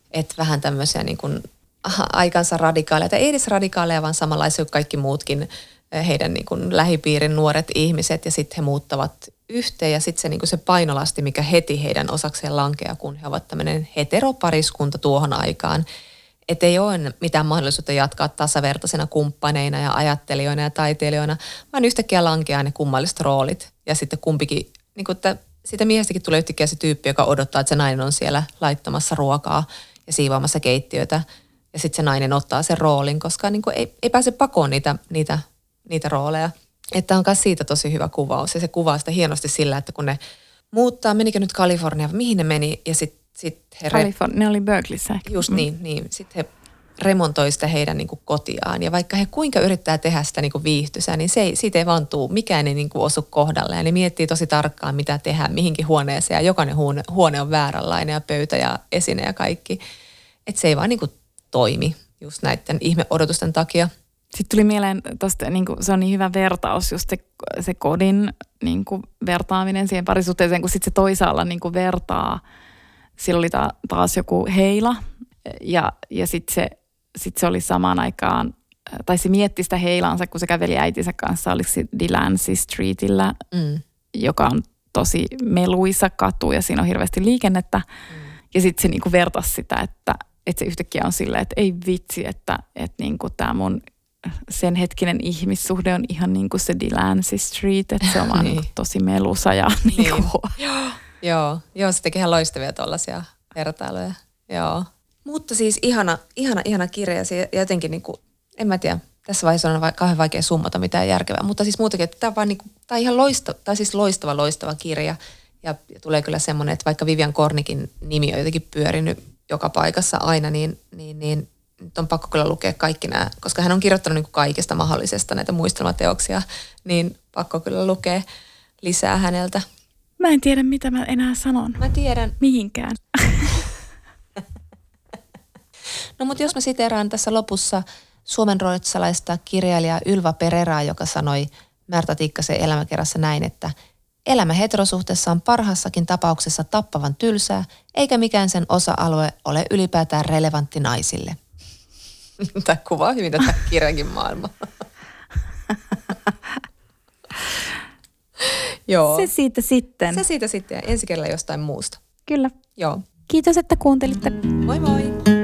Että vähän tämmöisiä niin kuin aikansa radikaaleja, tai ei edes radikaaleja, vaan samanlaisia kuin kaikki muutkin heidän niin kuin lähipiirin nuoret ihmiset, ja sitten he muuttavat yhteen, ja sitten se, niin kuin se painolasti, mikä heti heidän osakseen lankeaa, kun he ovat tämmöinen heteropariskunta tuohon aikaan, että ei ole mitään mahdollisuutta jatkaa tasavertaisena kumppaneina ja ajattelijoina ja taiteilijoina, vaan yhtäkkiä lankeaa ne kummalliset roolit, ja sitten kumpikin, niin kuin, että siitä miehestäkin tulee yhtäkkiä se tyyppi, joka odottaa, että se nainen on siellä laittamassa ruokaa ja siivoamassa keittiötä, ja sitten se nainen ottaa sen roolin, koska niin kuin ei pääse pakoon niitä rooleja. Että on myös siitä tosi hyvä kuvaus, ja se kuvaa sitä hienosti sillä, että kun ne muuttaa, menikö nyt Kaliforniaan, mihin ne meni, ja sitten he...
Ne oli Berkeleyssä ehkä.
Just niin. Sitten he remontoi sitä heidän niin kuin kotiaan, ja vaikka he kuinka yrittää tehdä sitä niin kuin viihtyisää, niin siitä ei vaan tule, mikään ei niin kuin osu kohdalle, ja ne miettii tosi tarkkaan, mitä tehdään mihinkin huoneeseen, ja jokainen huone on vääränlainen, ja pöytä ja esine ja kaikki. Että se ei vaan niin kuin toimi just näiden ihmeodotusten takia.
Sitten tuli mieleen tosta, niin kuin, se on niin hyvä vertaus, just se kodin niin kuin vertaaminen siihen parisuhteeseen, kun sitten se toisaalla niin kuin vertaa. Sillä oli taas joku heila, ja sitten se oli samaan aikaan, tai se mietti sitä heilaansa, kun se käveli äitinsä kanssa, oliko se Delancey Streetillä, joka on tosi meluisa katu, ja siinä on hirveästi liikennettä. Ja sitten se niin kuin vertasi sitä, että se yhtäkkiä on silleen, että ei vitsi, että niin kuin tämä mun sen hetkinen ihmissuhde on ihan niin kuin se Delancey Street, että se on vaan niin tosi melusa ja niin kuin...
Joo, se teki ihan loistavia tuollaisia vertailuja. Joo. Mutta siis ihana kirja, ja jotenkin niin kuin, en mä tiedä, tässä vaiheessa on kauhean vaikea summata mitään järkevää, mutta siis muutakin, että tämä on vaan niin kuin, tämä on ihan loistava kirja, ja tulee kyllä semmoinen, että vaikka Vivian Kornikin nimi on jotenkin pyörinyt joka paikassa aina, niin nyt on pakko kyllä lukea kaikki nämä, koska hän on kirjoittanut niin kuin kaikesta mahdollisesta näitä muistelmateoksia, niin pakko kyllä lukea lisää häneltä.
Mä en tiedä, mitä mä enää sanon.
Mä tiedän.
Mihinkään.
No mutta jos mä siteeraan tässä lopussa suomenruotsalaista kirjailijaa Ylva Pereraa, joka sanoi Märta Tikkasen elämäkerrassa näin, että elämä heterosuhteessa on parhaassakin tapauksessa tappavan tylsää, eikä mikään sen osa-alue ole ylipäätään relevantti naisille. Tämä kuvaa hyvin tätä kirjankin maailmaa. Joo.
Se siitä sitten.
Se siitä sitten ja ensi kerralla jostain muusta.
Kyllä.
Joo.
Kiitos, että kuuntelitte.
Moi moi.